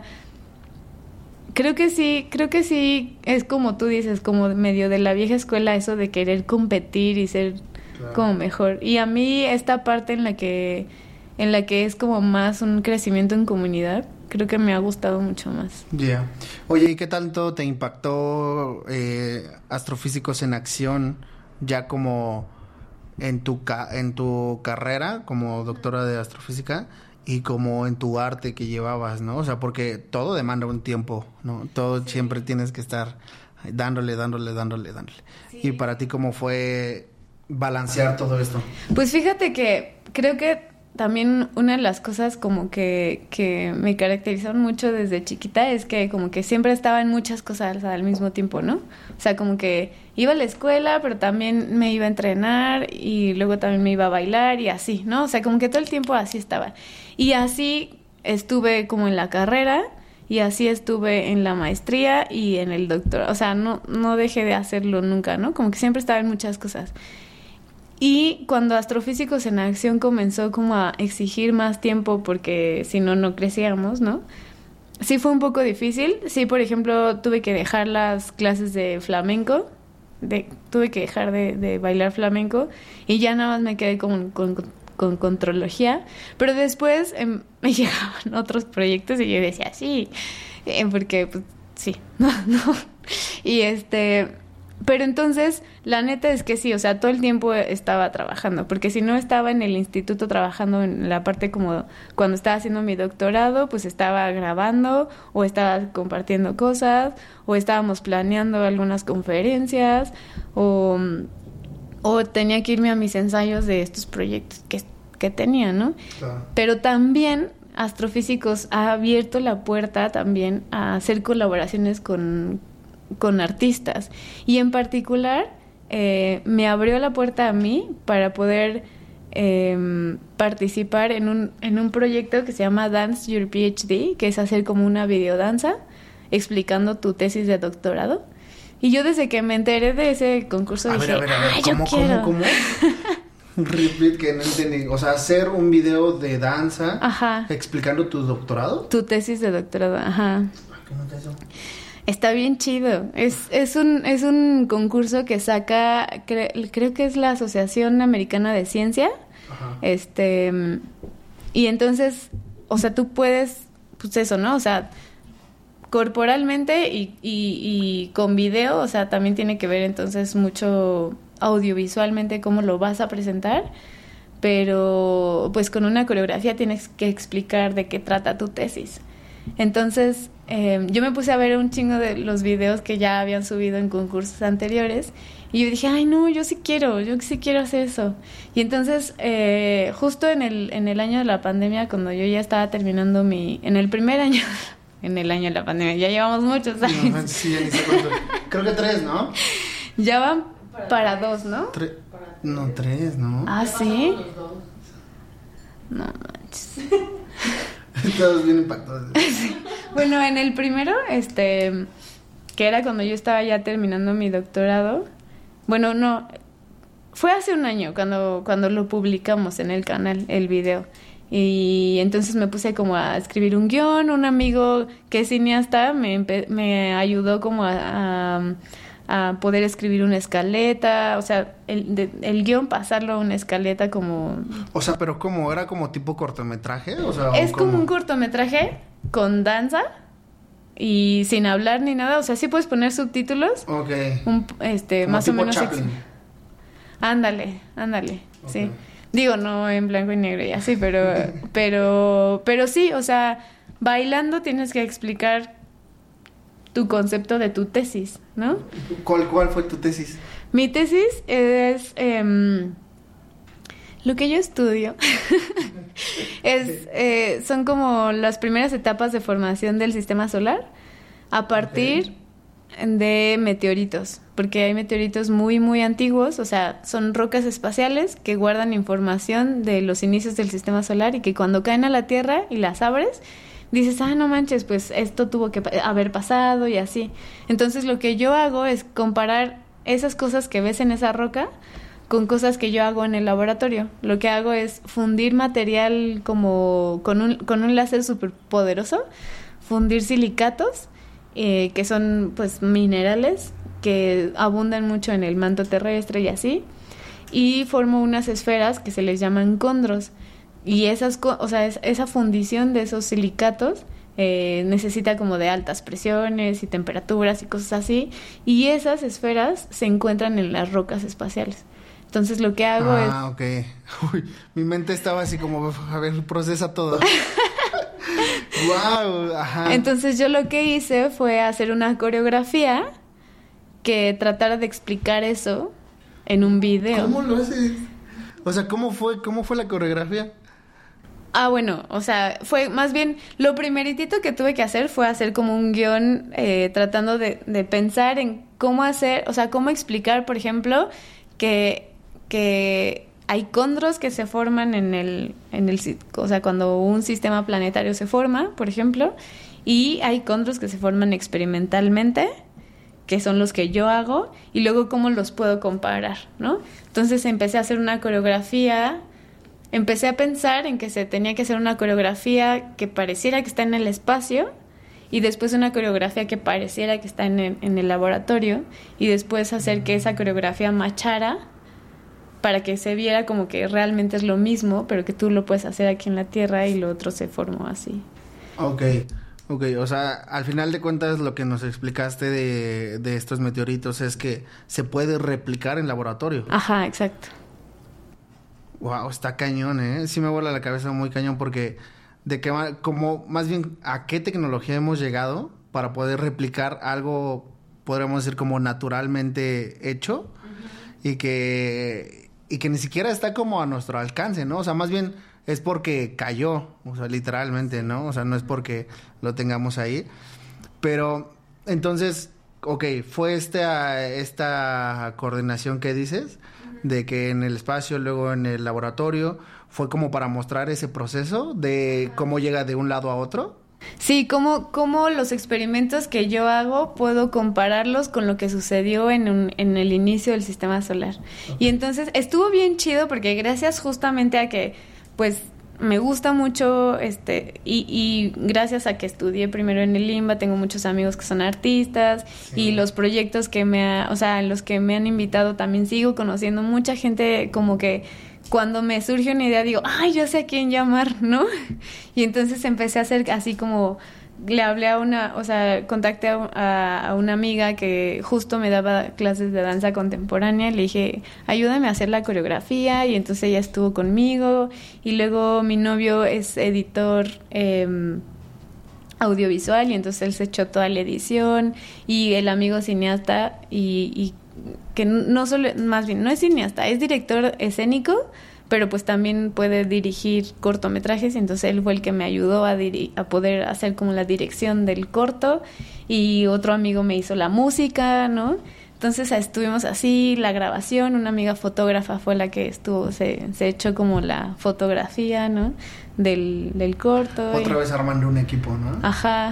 S5: creo que sí, creo que sí es como tú dices, como medio de la vieja escuela eso de querer competir y ser claro. Como mejor. Y a mí esta parte en la que... en la que es como más un crecimiento en comunidad, creo que me ha gustado mucho más.
S4: Ya. Yeah. Oye, ¿y qué tanto te impactó eh, Astrofísicos en Acción ya como en tu ca- en tu carrera como doctora de astrofísica y como en tu arte que llevabas, ¿no? O sea, porque todo demanda un tiempo, ¿no? Todo sí. Siempre tienes que estar dándole, dándole, dándole, dándole. Sí. Y para ti, ¿cómo fue balancear todo esto?
S5: Pues fíjate que creo que también una de las cosas como que, que me caracterizaron mucho desde chiquita es que como que siempre estaba en muchas cosas al mismo tiempo, ¿no? O sea, como que iba a la escuela, pero también me iba a entrenar y luego también me iba a bailar y así, ¿no? O sea, como que todo el tiempo así estaba. Y así estuve como en la carrera Y así estuve en la maestría y en el doctorado. O sea, no, no dejé de hacerlo nunca, ¿no? Como que siempre estaba en muchas cosas. Y cuando Astrofísicos en Acción comenzó como a exigir más tiempo porque si no, no crecíamos, ¿no? Sí fue un poco difícil. Sí, por ejemplo, tuve que dejar las clases de flamenco. De, tuve que dejar de, de bailar flamenco y ya nada más me quedé con, con, con contrología. Pero después eh, me llegaban otros proyectos y yo decía, sí, eh, porque pues sí, no, no. Y este... Pero entonces, la neta es que sí, o sea, todo el tiempo estaba trabajando, porque si no estaba en el instituto trabajando en la parte como cuando estaba haciendo mi doctorado, pues estaba grabando o estaba compartiendo cosas o estábamos planeando algunas conferencias o, o tenía que irme a mis ensayos de estos proyectos que, que tenía, ¿no? Claro. Pero también Astrofísicos ha abierto la puerta también a hacer colaboraciones con con artistas y en particular eh, me abrió la puerta a mí para poder eh, participar en un, en un proyecto que se llama Dance Your PhD, que es hacer como una videodanza explicando tu tesis de doctorado. Y yo desde que me enteré de ese concurso
S4: a
S5: dije,
S4: ver, a ver, a ver,
S5: ¡ay,
S4: ¿cómo,
S5: yo quiero!
S4: ¿cómo, cómo? Repeat, que no entendí. O sea, hacer un video de danza,
S5: ajá,
S4: explicando tu doctorado.
S5: Tu tesis de doctorado, ajá.
S4: ¿Cómo es eso?
S5: Está bien chido. Es, es un, es un concurso que saca, cre, creo que es la Asociación Americana de Ciencia. Ajá. Este, y entonces, o sea, tú puedes, pues eso, ¿no? O sea, corporalmente y, y, y con video, o sea, también tiene que ver entonces mucho audiovisualmente cómo lo vas a presentar, pero pues con una coreografía tienes que explicar de qué trata tu tesis. Entonces, eh, yo me puse a ver un chingo de los videos que ya habían subido en concursos anteriores y yo dije, ay no, yo sí quiero, yo sí quiero hacer eso. Y entonces, eh, justo en el, en el año de la pandemia, cuando yo ya estaba terminando mi, en el primer año, en el año de la pandemia, ya llevamos muchos años.
S4: No, sí, ya ni sé cuánto. Creo que tres, ¿no?
S5: Ya van para dos, ¿no?
S4: Tre- no, tres, ¿no?
S5: Ah, ¿sí? No manches.
S4: Todos bien impactados.
S5: Sí. Bueno, en el primero, este, que era cuando yo estaba ya terminando mi doctorado. Bueno, no, fue hace un año cuando, cuando lo publicamos en el canal, el video. Y entonces me puse como a escribir un guión. Un amigo que es cineasta me, empe- me ayudó como a, a, a poder escribir una escaleta. O sea, el, de, el guión pasarlo a una escaleta como...
S4: O sea, pero ¿cómo? ¿Era como tipo cortometraje? O sea,
S5: es
S4: ¿cómo?
S5: como un cortometraje con danza y sin hablar ni nada. O sea, sí puedes poner subtítulos.
S4: Ok.
S5: Un, este,
S4: como
S5: más
S4: tipo
S5: o menos...
S4: Chaplin.
S5: Ex- ándale, ándale,
S4: Okay.
S5: sí. Digo, no en blanco y negro y así, pero, pero, pero sí, o sea, bailando tienes que explicar tu concepto de tu tesis, ¿no?
S4: ¿Cuál, cuál fue tu tesis?
S5: Mi tesis es eh, lo que yo estudio. es eh, son como las primeras etapas de formación del sistema solar a partir okay. de meteoritos, porque hay meteoritos muy muy antiguos, o sea, son rocas espaciales que guardan información de los inicios del sistema solar y que cuando caen a la Tierra y las abres, dices, ah, no manches, pues esto tuvo que haber pasado y así. Entonces lo que yo hago es comparar esas cosas que ves en esa roca con cosas que yo hago en el laboratorio. Lo que hago es fundir material como con un, con un láser súper poderoso, fundir silicatos, eh, que son pues minerales que abundan mucho en el manto terrestre y así, y formo unas esferas que se les llaman condros. Y esas, o sea, es, esa fundición de esos silicatos eh, necesita como de altas presiones y temperaturas y cosas así. Y esas esferas se encuentran en las rocas espaciales. Entonces lo que hago
S4: ah,
S5: es...
S4: Ah, ok. Uy, mi mente estaba así como, a ver, procesa todo. Wow, ajá.
S5: Entonces yo lo que hice fue hacer una coreografía que tratara de explicar eso en un video.
S4: ¿Cómo lo haces? O sea, ¿cómo fue, cómo fue la coreografía?
S5: Ah, bueno, o sea, fue más bien, lo primeritito que tuve que hacer fue hacer como un guión eh, tratando de, de pensar en cómo hacer, o sea, cómo explicar, por ejemplo, que, que hay condros que se forman en el, en el, o sea, cuando un sistema planetario se forma, por ejemplo, Y hay contros que se forman experimentalmente, que son los que yo hago, y luego cómo los puedo comparar, ¿no? Entonces empecé a hacer una coreografía, empecé a pensar en que se tenía que hacer una coreografía que pareciera que está en el espacio, y después una coreografía que pareciera que está en el, en el laboratorio, y después hacer que esa coreografía machara para que se viera como que realmente es lo mismo, pero que tú lo puedes hacer aquí en la Tierra y lo otro se formó así.
S4: Ok, ok, o sea, al final de cuentas lo que nos explicaste de, de estos meteoritos es que se puede replicar en laboratorio.
S5: Ajá, exacto.
S4: Wow, está cañón, ¿eh? Sí me vuela la cabeza muy cañón porque de qué ma- como más bien a qué tecnología hemos llegado para poder replicar algo, podríamos decir como naturalmente hecho, uh-huh. y que y que ni siquiera está como a nuestro alcance, ¿no? O sea, más bien es porque cayó, o sea, literalmente, ¿no? O sea, no es porque lo tengamos ahí. Pero entonces, ok, fue esta esta coordinación que dices de que en el espacio, luego en el laboratorio, fue como para mostrar ese proceso de cómo llega de un lado a otro.
S5: Sí, cómo, cómo los experimentos que yo hago puedo compararlos con lo que sucedió en, un, en el inicio del sistema solar. Okay. Y entonces estuvo bien chido porque gracias justamente a que, pues, me gusta mucho, este, y, y gracias a que estudié primero en el Limba, tengo muchos amigos que son artistas, sí. Y los proyectos que me, ha, o sea, en los que me han invitado también sigo conociendo mucha gente como que cuando me surge una idea digo, ay, yo sé a quién llamar, ¿no? Y entonces empecé a hacer así como, le hablé a una, o sea, contacté a, a, a una amiga que justo me daba clases de danza contemporánea, le dije, ayúdame a hacer la coreografía, y entonces ella estuvo conmigo, y luego mi novio es editor eh, audiovisual, y entonces él se echó toda la edición, y el amigo cineasta, y, y que no solo, más bien, no es cineasta, es director escénico, pero pues también puede dirigir cortometrajes, y entonces él fue el que me ayudó a, diri- a poder hacer como la dirección del corto, y otro amigo me hizo la música, ¿no? Entonces estuvimos así, la grabación, una amiga fotógrafa fue la que estuvo, se, se echó como la fotografía, ¿no? Del, del corto.
S4: Otra
S5: y...
S4: vez armando un equipo, ¿no?
S5: Ajá.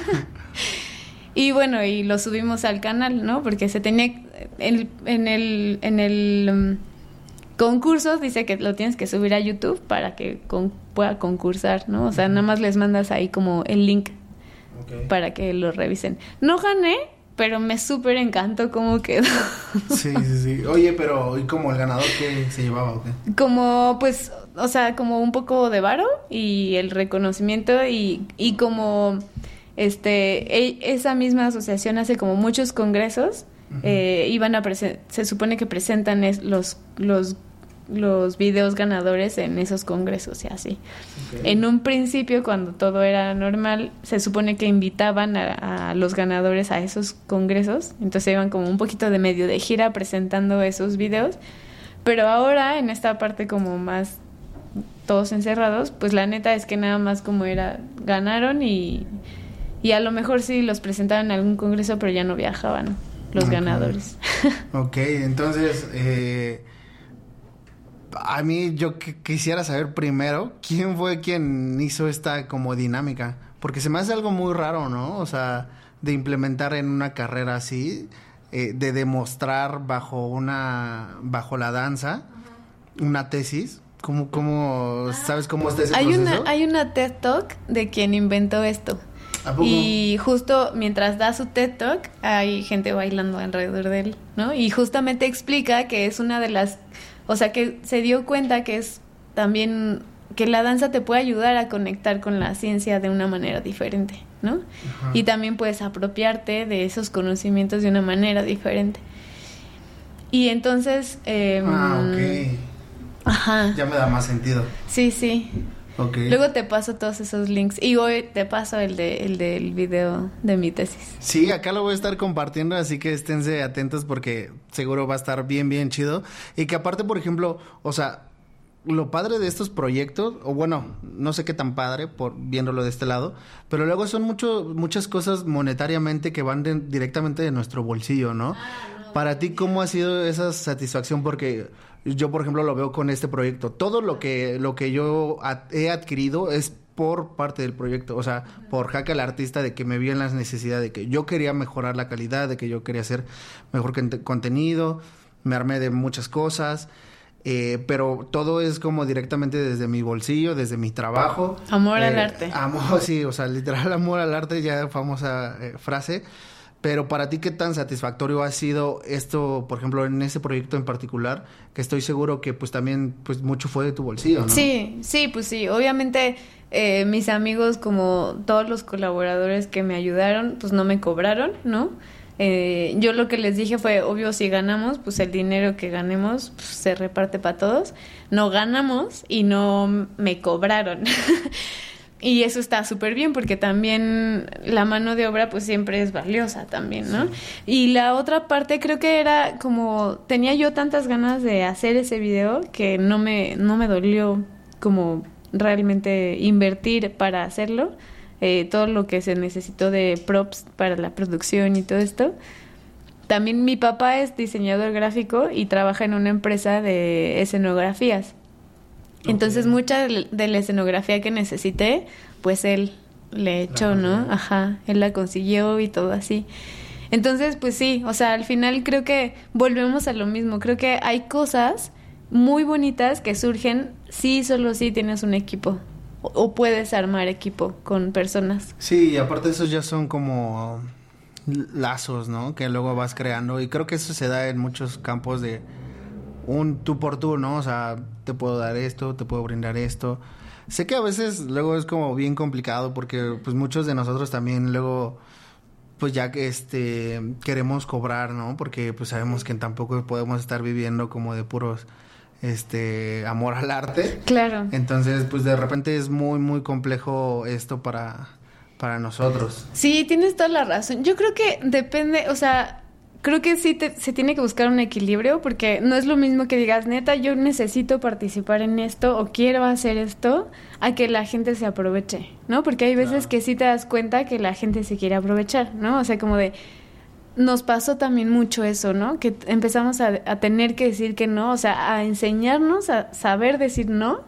S5: Y bueno, y lo subimos al canal, ¿no? Porque se tenía, en, en el, en el um, concurso dice que lo tienes que subir a YouTube para que con, pueda concursar, ¿no? O sea, uh-huh. Nada más les mandas ahí como el link, okay, para que lo revisen. No gané, pero me súper encantó cómo quedó.
S4: Sí, sí, sí. Oye, pero ¿y como el ganador qué se llevaba o qué?
S5: Como, pues, o sea, como un poco de varo y el reconocimiento y, y como... Este, esa misma asociación hace como muchos congresos, uh-huh. eh, iban a presen- se supone que presentan es, los, los, los videos ganadores en esos congresos y así. Okay. En un principio, cuando todo era normal, se supone que invitaban a, a los ganadores a esos congresos, entonces iban como un poquito de medio de gira presentando esos videos, pero ahora en esta parte como más todos encerrados, pues la neta es que nada más como era, ganaron y... Y a lo mejor sí los presentaban en algún congreso, pero ya no viajaban los okay. ganadores.
S4: Ok, entonces, eh, a mí yo qu- quisiera saber primero quién fue quien hizo esta como dinámica. Porque se me hace algo muy raro, ¿no? O sea, de implementar en una carrera así, eh, de demostrar bajo una, bajo la danza, una tesis. ¿Cómo, cómo, sabes cómo está ese
S5: hay
S4: proceso?
S5: Una, hay una TED Talk de quien inventó esto. Y justo mientras da su TED Talk hay gente bailando alrededor de él, ¿no? Y justamente explica que es una de las, o sea, que se dio cuenta que es también que la danza te puede ayudar a conectar con la ciencia de una manera diferente, ¿no? Ajá. Y también puedes apropiarte de esos conocimientos de una manera diferente. Y entonces eh,
S4: ah, ok.
S5: Ajá.
S4: Ya me da más sentido.
S5: Sí, sí.
S4: Okay.
S5: Luego te paso todos esos links y hoy te paso el de el del video de mi tesis.
S4: Sí, acá lo voy a estar compartiendo, así que esténse atentos porque seguro va a estar bien, bien chido. Y que aparte, por ejemplo, o sea, lo padre de estos proyectos, o bueno, no sé qué tan padre por viéndolo de este lado, pero luego son mucho, muchas cosas monetariamente que van de, directamente de nuestro bolsillo, ¿no? Ah, no. Para ti, ¿cómo ha sido esa satisfacción? Porque... yo, por ejemplo, lo veo con este proyecto. Todo lo que lo que yo ad- he adquirido es por parte del proyecto, o sea, por Jaque al Artista, de que me vi en las necesidades, de que yo quería mejorar la calidad, de que yo quería hacer mejor cont- contenido, me armé de muchas cosas, eh, pero todo es como directamente desde mi bolsillo, desde mi trabajo.
S5: Amor
S4: eh,
S5: al arte.
S4: Amor, sí, o sea, literal amor al arte, ya famosa eh, frase. Pero para ti, ¿qué tan satisfactorio ha sido esto, por ejemplo, en ese proyecto en particular? Que estoy seguro que pues también pues mucho fue de tu bolsillo, ¿no?
S5: Sí, sí, pues sí. Obviamente eh, mis amigos, como todos los colaboradores que me ayudaron, pues no me cobraron, ¿no? Eh, yo lo que les dije fue, obvio, si ganamos, pues el dinero que ganemos pues, se reparte para todos. No ganamos y no me cobraron. Y eso está súper bien porque también la mano de obra pues siempre es valiosa también, ¿no? Sí. Y la otra parte creo que era como, tenía yo tantas ganas de hacer ese video que no me, no me dolió como realmente invertir para hacerlo. Eh, todo lo que se necesitó de props para la producción y todo esto. También mi papá es diseñador gráfico y trabaja en una empresa de escenografías. Entonces, okay, mucha de la escenografía que necesité, pues él le echó, ¿no? Ajá, él la consiguió y todo así. Entonces, pues sí, o sea, al final creo que volvemos a lo mismo. Creo que hay cosas muy bonitas que surgen si solo si tienes un equipo o, o puedes armar equipo con personas.
S4: Sí, y aparte esos ya son como lazos, ¿no? Que luego vas creando, y creo que eso se da en muchos campos de un tú por tú, ¿no? O sea, te puedo dar esto, te puedo brindar esto. Sé que a veces luego es como bien complicado porque pues muchos de nosotros también luego pues ya que este queremos cobrar, ¿no? Porque pues sabemos que tampoco podemos estar viviendo como de puros este amor al arte.
S5: Claro.
S4: Entonces, pues de repente es muy muy complejo esto para para nosotros.
S5: Sí, tienes toda la razón. Yo creo que depende, o sea, creo que sí te, se tiene que buscar un equilibrio porque no es lo mismo que digas, neta, yo necesito participar en esto o quiero hacer esto, a que la gente se aproveche, ¿no? Porque hay veces claro, que sí te das cuenta que la gente se quiere aprovechar, ¿no? O sea, como de, nos pasó también mucho eso, ¿no? Que empezamos a, a tener que decir que no, o sea, a enseñarnos a saber decir no,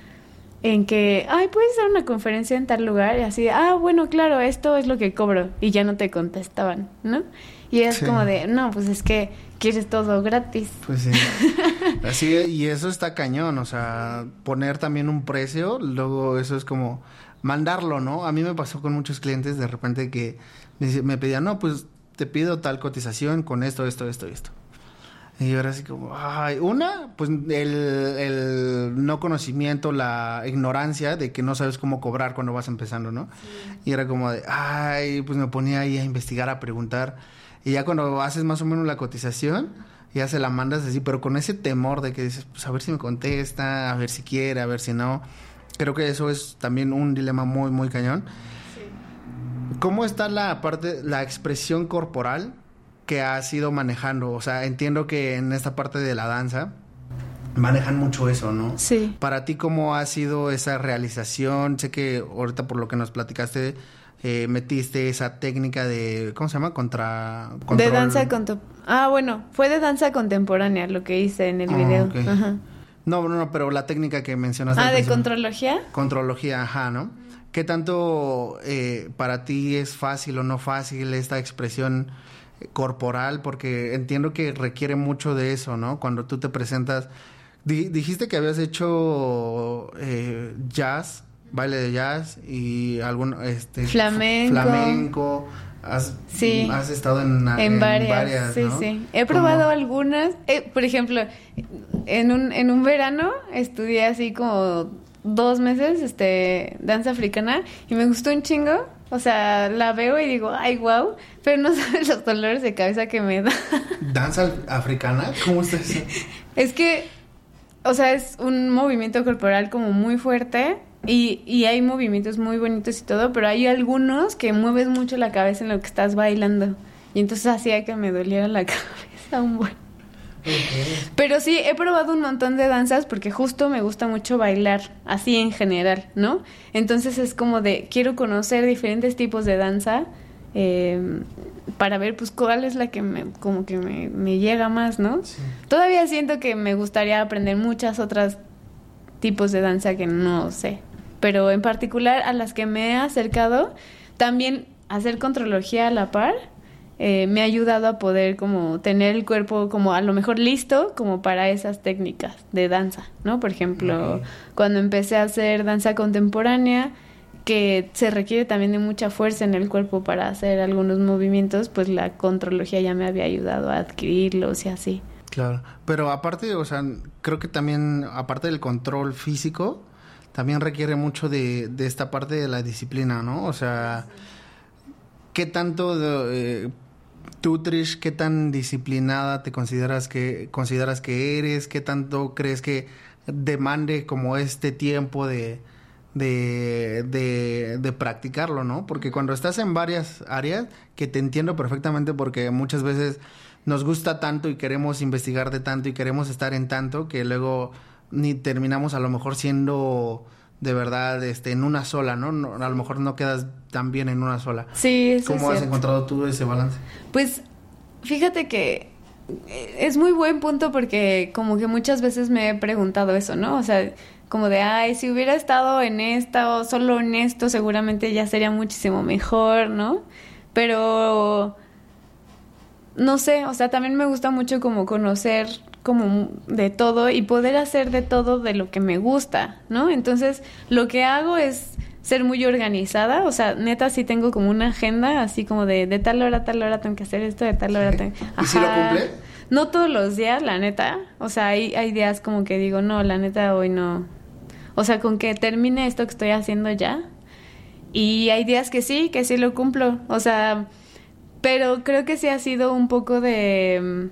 S5: en que, ay, puedes dar una conferencia en tal lugar, y así, ah, bueno, claro, esto es lo que cobro, y ya no te contestaban, ¿no? Y es sí, como de, no, pues es que quieres todo gratis.
S4: Pues sí. Así, y eso está cañón, o sea, poner también un precio, luego eso es como mandarlo, ¿no? A mí me pasó con muchos clientes de repente que me, me pedían, no, pues te pido tal cotización con esto, esto, esto y esto. Y yo era así como, ay, una, pues el, el no conocimiento, la ignorancia de que no sabes cómo cobrar cuando vas empezando, ¿no? Sí. Y era como de, ay, pues me ponía ahí a investigar, a preguntar. Y ya cuando haces más o menos la cotización, ya se la mandas así, pero con ese temor de que dices, pues a ver si me contesta, a ver si quiere, a ver si no. Creo que eso es también un dilema muy, muy cañón. Sí. ¿Cómo está la parte, la expresión corporal que has ido manejando? O sea, entiendo que en esta parte de la danza manejan mucho eso, ¿no?
S5: Sí.
S4: Para ti, ¿cómo ha sido esa realización? Sé que ahorita por lo que nos platicaste, eh, metiste esa técnica de, ¿cómo se llama? Contra... Control.
S5: De danza contemporánea. Ah, bueno, fue de danza contemporánea lo que hice en el oh, video. Okay. Ajá.
S4: No, no, no, pero la técnica que mencionaste.
S5: Ah, ¿de contrología?
S4: Contrología, ajá, ¿no? ¿Qué tanto eh, para ti es fácil o no fácil esta expresión corporal? Porque entiendo que requiere mucho de eso, ¿no? Cuando tú te presentas, di- dijiste que habías hecho eh, jazz, baile de jazz y algún este
S5: flamenco,
S4: flamenco. Has,
S5: sí,
S4: has estado en,
S5: en,
S4: en
S5: varias,
S4: varias,
S5: sí,
S4: ¿no?
S5: sí. He probado ¿Cómo? algunas. Eh, por ejemplo, en un en un verano estudié así como dos meses este danza africana y me gustó un chingo. O sea, la veo y digo, ay, wow, pero no sabes los dolores de cabeza que me da.
S4: ¿Danza africana? ¿Cómo es eso?
S5: Es que, o sea, es un movimiento corporal como muy fuerte y, y hay movimientos muy bonitos y todo, pero hay algunos que mueves mucho la cabeza en lo que estás bailando. Y entonces hacía que me doliera la cabeza un buen. Okay. Pero sí, he probado un montón de danzas porque justo me gusta mucho bailar, así en general, ¿no? Entonces es como de, quiero conocer diferentes tipos de danza eh, para ver pues cuál es la que me, como que me, me llega más, ¿no? Sí. Todavía siento que me gustaría aprender muchas otras tipos de danza que no sé, pero en particular a las que me he acercado, también hacer contrología a la par eh, me ha ayudado a poder como tener el cuerpo como a lo mejor listo como para esas técnicas de danza, ¿no? Por ejemplo, okay. cuando empecé a hacer danza contemporánea, que se requiere también de mucha fuerza en el cuerpo para hacer algunos movimientos, pues la contrología ya me había ayudado a adquirirlos y así.
S4: Claro, pero aparte, o sea, creo que también, aparte del control físico, también requiere mucho de, de esta parte de la disciplina, ¿no? O sea, ¿qué tanto de, eh, tú, Trish, qué tan disciplinada te consideras que consideras que eres? ¿Qué tanto crees que demande como este tiempo de, de, de, de practicarlo, ¿no? Porque cuando estás en varias áreas, que te entiendo perfectamente porque muchas veces nos gusta tanto y queremos investigar de tanto y queremos estar en tanto que luego ni terminamos a lo mejor siendo de verdad este en una sola, ¿no? no a lo mejor no quedas tan bien en una sola.
S5: Sí, eso
S4: ¿Cómo
S5: es
S4: has encontrado tú ese balance?
S5: Pues fíjate que es muy buen punto porque como que muchas veces me he preguntado eso, ¿no? O sea, como de, ay, si hubiera estado en esta o solo en esto, seguramente ya sería muchísimo mejor, ¿no? Pero no sé, o sea, también me gusta mucho como conocer como de todo y poder hacer de todo de lo que me gusta, ¿no? Entonces, lo que hago es ser muy organizada, o sea, neta sí tengo como una agenda, así como de, de tal hora a tal hora tengo que hacer esto, de tal hora tengo...
S4: ¿Y si lo cumple?
S5: No todos los días, la neta, o sea, hay, hay días como que digo, no, la neta hoy no, o sea, con que termine esto que estoy haciendo ya, y hay días que sí, que sí lo cumplo, o sea... Pero creo que sí ha sido un poco de,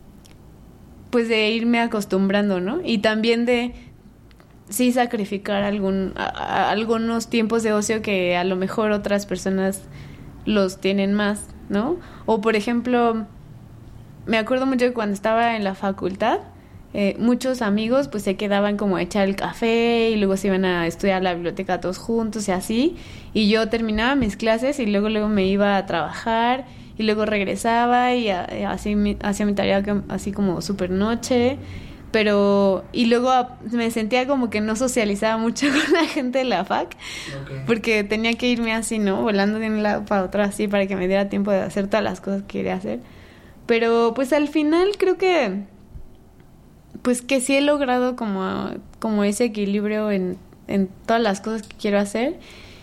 S5: pues de irme acostumbrando, ¿no? Y también de sí sacrificar algún, a, a, algunos tiempos de ocio que a lo mejor otras personas los tienen más, ¿no? O por ejemplo, me acuerdo mucho que cuando estaba en la facultad, eh, muchos amigos pues se quedaban como a echar el café y luego se iban a estudiar a la biblioteca todos juntos y así. Y yo terminaba mis clases y luego luego me iba a trabajar y luego regresaba y a, así mi, hacía mi tarea que, así como súper noche, pero y luego a, me sentía como que no socializaba mucho con la gente de la fac, okay. Porque tenía que irme así, ¿no? Volando de un lado para otro así para que me diera tiempo de hacer todas las cosas que quería hacer. Pero pues al final creo que pues que sí he logrado como, como ese equilibrio en, en todas las cosas que quiero hacer.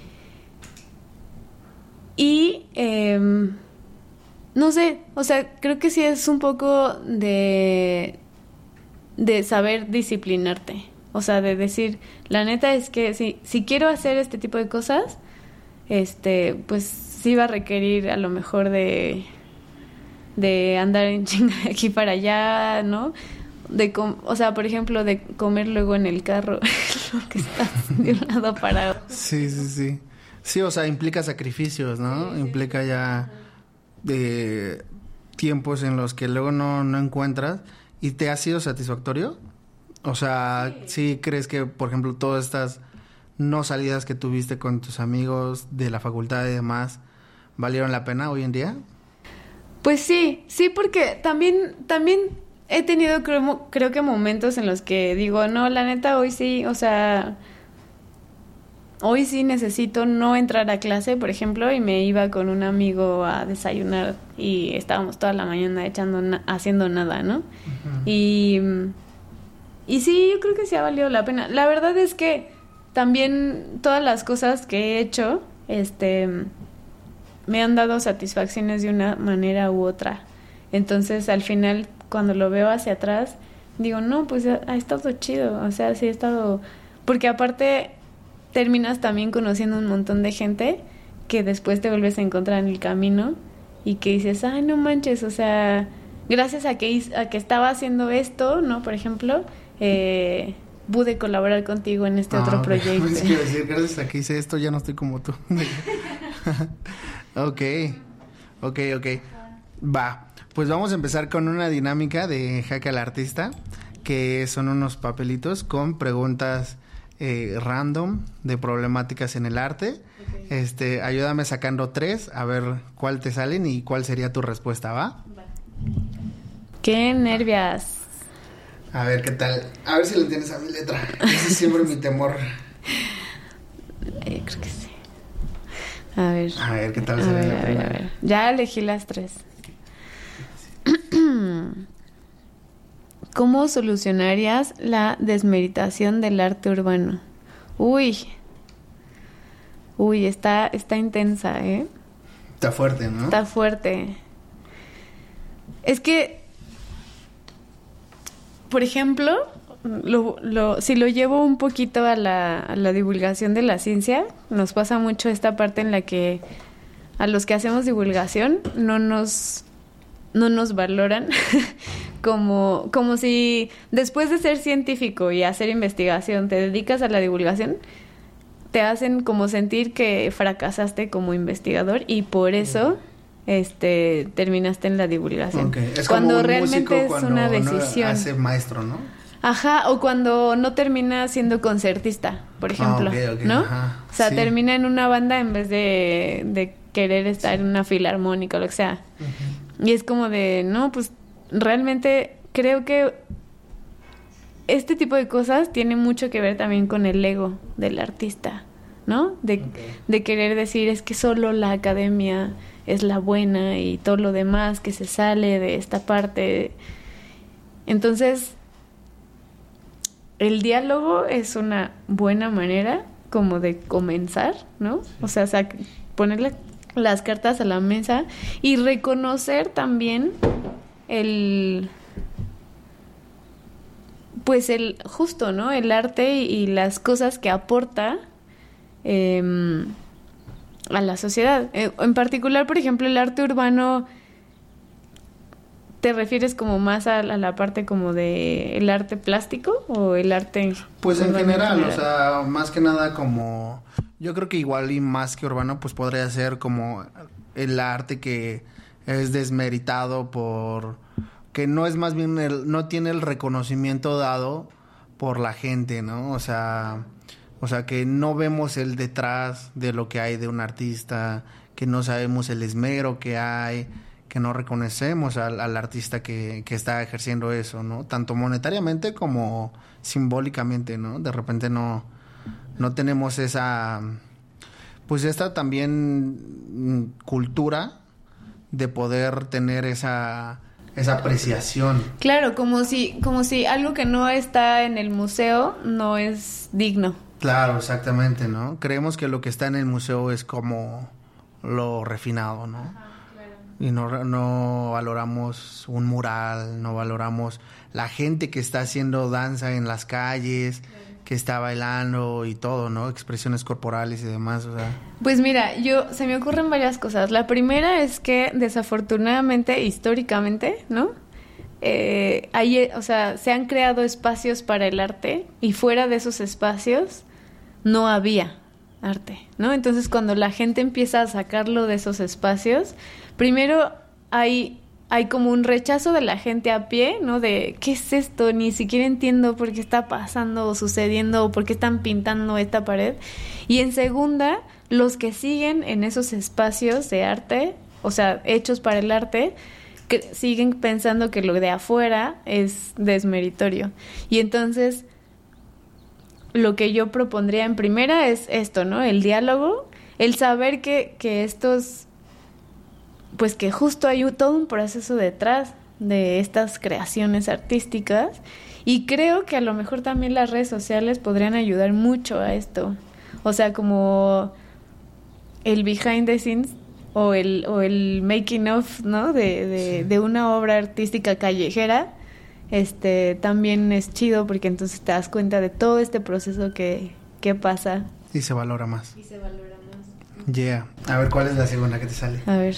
S5: Y eh, no sé, o sea, creo que sí es un poco de, de saber disciplinarte. O sea, de decir, la neta es que si, si quiero hacer este tipo de cosas, este, pues sí va a requerir a lo mejor de, de andar en chinga de aquí para allá, ¿no? De com- o sea, por ejemplo, de comer luego en el carro, lo que estás de un lado para otro.
S4: Sí, sí, sí. Sí, o sea, implica sacrificios, ¿no? Sí, sí. Implica ya de tiempos en los que luego no, no encuentras. ¿Y te ha sido satisfactorio? O sea, ¿sí crees que, por ejemplo, todas estas no salidas que tuviste con tus amigos de la facultad y demás valieron la pena hoy en día?
S5: Pues sí, sí, porque también, también he tenido creo, creo que momentos en los que digo, no, la neta, hoy sí, o sea... Hoy sí necesito no entrar a clase, por ejemplo, y me iba con un amigo a desayunar y estábamos toda la mañana echando na- haciendo nada, ¿no? Uh-huh. Y, y sí, yo creo que sí ha valido la pena. La verdad es que también todas las cosas que he hecho, este, me han dado satisfacciones de una manera u otra. Entonces, al final, cuando lo veo hacia atrás, digo, no, pues ha, ha estado chido. O sea, sí ha estado... Porque aparte... terminas también conociendo un montón de gente que después te vuelves a encontrar en el camino y que dices, ay, no manches, o sea, gracias a que, a que estaba haciendo esto, ¿no? Por ejemplo, eh, pude colaborar contigo en este ah, otro okay. proyecto.
S4: Pues quiero decir, gracias a que hice esto ya no estoy como tú. Ok, ok, ok. Va, pues vamos a empezar con una dinámica de Jaque al Artista, que son unos papelitos con preguntas... Eh, random de problemáticas en el arte. Okay. Este, ayúdame sacando tres a ver cuál te salen y cuál sería tu respuesta, ¿va?
S5: Va. Qué nervias.
S4: A ver qué tal. A ver si le entiendes a mi letra. Ese es siempre mi temor.
S5: yo creo que sí. A ver.
S4: A ver, ¿qué tal
S5: a
S4: se ve
S5: ver,
S4: la
S5: a ver,
S4: primera?
S5: a ver. Ya elegí las tres. ¿Cómo solucionarías la desmeritación del arte urbano? Uy. Uy, está, está intensa, ¿eh?
S4: Está fuerte, ¿no?
S5: Está fuerte. Es que, por ejemplo, lo, lo, si lo llevo un poquito a la, a la divulgación de la ciencia, nos pasa mucho esta parte en la que a los que hacemos divulgación no nos, no nos valoran como, como si después de ser científico y hacer investigación te dedicas a la divulgación, te hacen como sentir que fracasaste como investigador y por eso este terminaste en la divulgación.
S4: Okay. Es
S5: cuando
S4: como un
S5: realmente
S4: músico
S5: es una decisión.
S4: No hace maestro, ¿no?
S5: Ajá, o cuando no termina siendo concertista, por ejemplo,
S4: Ah, okay, okay,
S5: ¿no?
S4: ajá,
S5: o sea,
S4: sí.
S5: termina en una banda en vez de, de querer estar en una filarmónica o lo que sea. Uh-huh. Y es como de, no, pues realmente creo que este tipo de cosas tiene mucho que ver también con el ego del artista, ¿no? De, okay. de querer decir, es que solo la academia es la buena y todo lo demás que se sale de esta parte. Entonces, el diálogo es una buena manera como de comenzar, ¿no? Sí. O sea, sac- ponerle las cartas a la mesa y reconocer también el... pues el justo, ¿no? El arte y, y las cosas que aporta eh, a la sociedad. Eh, en particular, por ejemplo, el arte urbano, ¿te refieres como más a, a la parte como de el arte plástico o el arte?
S4: Pues en general, en general, o sea, más que nada como... Yo creo que igual y más que urbano, pues podría ser como el arte que es desmeritado por... que no es más bien el, no tiene el reconocimiento dado por la gente, ¿no? O sea, o sea que no vemos el detrás de lo que hay de un artista, que no sabemos el esmero que hay, que no reconocemos al, al artista que, que está ejerciendo eso, ¿no? Tanto monetariamente como simbólicamente, ¿no? De repente no, no tenemos esa, pues esta también cultura de poder tener esa esa apreciación.
S5: Claro, como si como si algo que no está en el museo no es digno.
S4: Claro, exactamente, ¿no? Creemos que lo que está en el museo es como lo refinado, ¿no? Ajá, claro. Y no, no valoramos un mural, no valoramos la gente que está haciendo danza en las calles, claro, que está bailando y todo, ¿no? Expresiones corporales y demás, o sea.
S5: Pues mira, yo se me ocurren varias cosas. La primera es que desafortunadamente, históricamente, ¿no? Eh, hay, o sea, se han creado espacios para el arte y fuera de esos espacios no había arte, ¿no? Entonces, cuando la gente empieza a sacarlo de esos espacios, primero hay hay como un rechazo de la gente a pie, ¿no? De, ¿qué es esto? Ni siquiera entiendo por qué está pasando o sucediendo o por qué están pintando esta pared. Y en segunda, los que siguen en esos espacios de arte, o sea, hechos para el arte, que siguen pensando que lo de afuera es desmeritorio. Y entonces, lo que yo propondría en primera es esto, ¿no? El diálogo, el saber que, que estos... pues que justo hay todo un proceso detrás de estas creaciones artísticas y creo que a lo mejor también las redes sociales podrían ayudar mucho a esto. O sea, como el behind the scenes o el, o el making of, ¿no? De, de, sí. de una obra artística callejera, este también es chido porque entonces te das cuenta de todo este proceso que, que pasa.
S4: Y se valora más.
S5: Y se valora más.
S4: Yeah. A ver, ¿cuál es la segunda que te sale?
S5: A ver.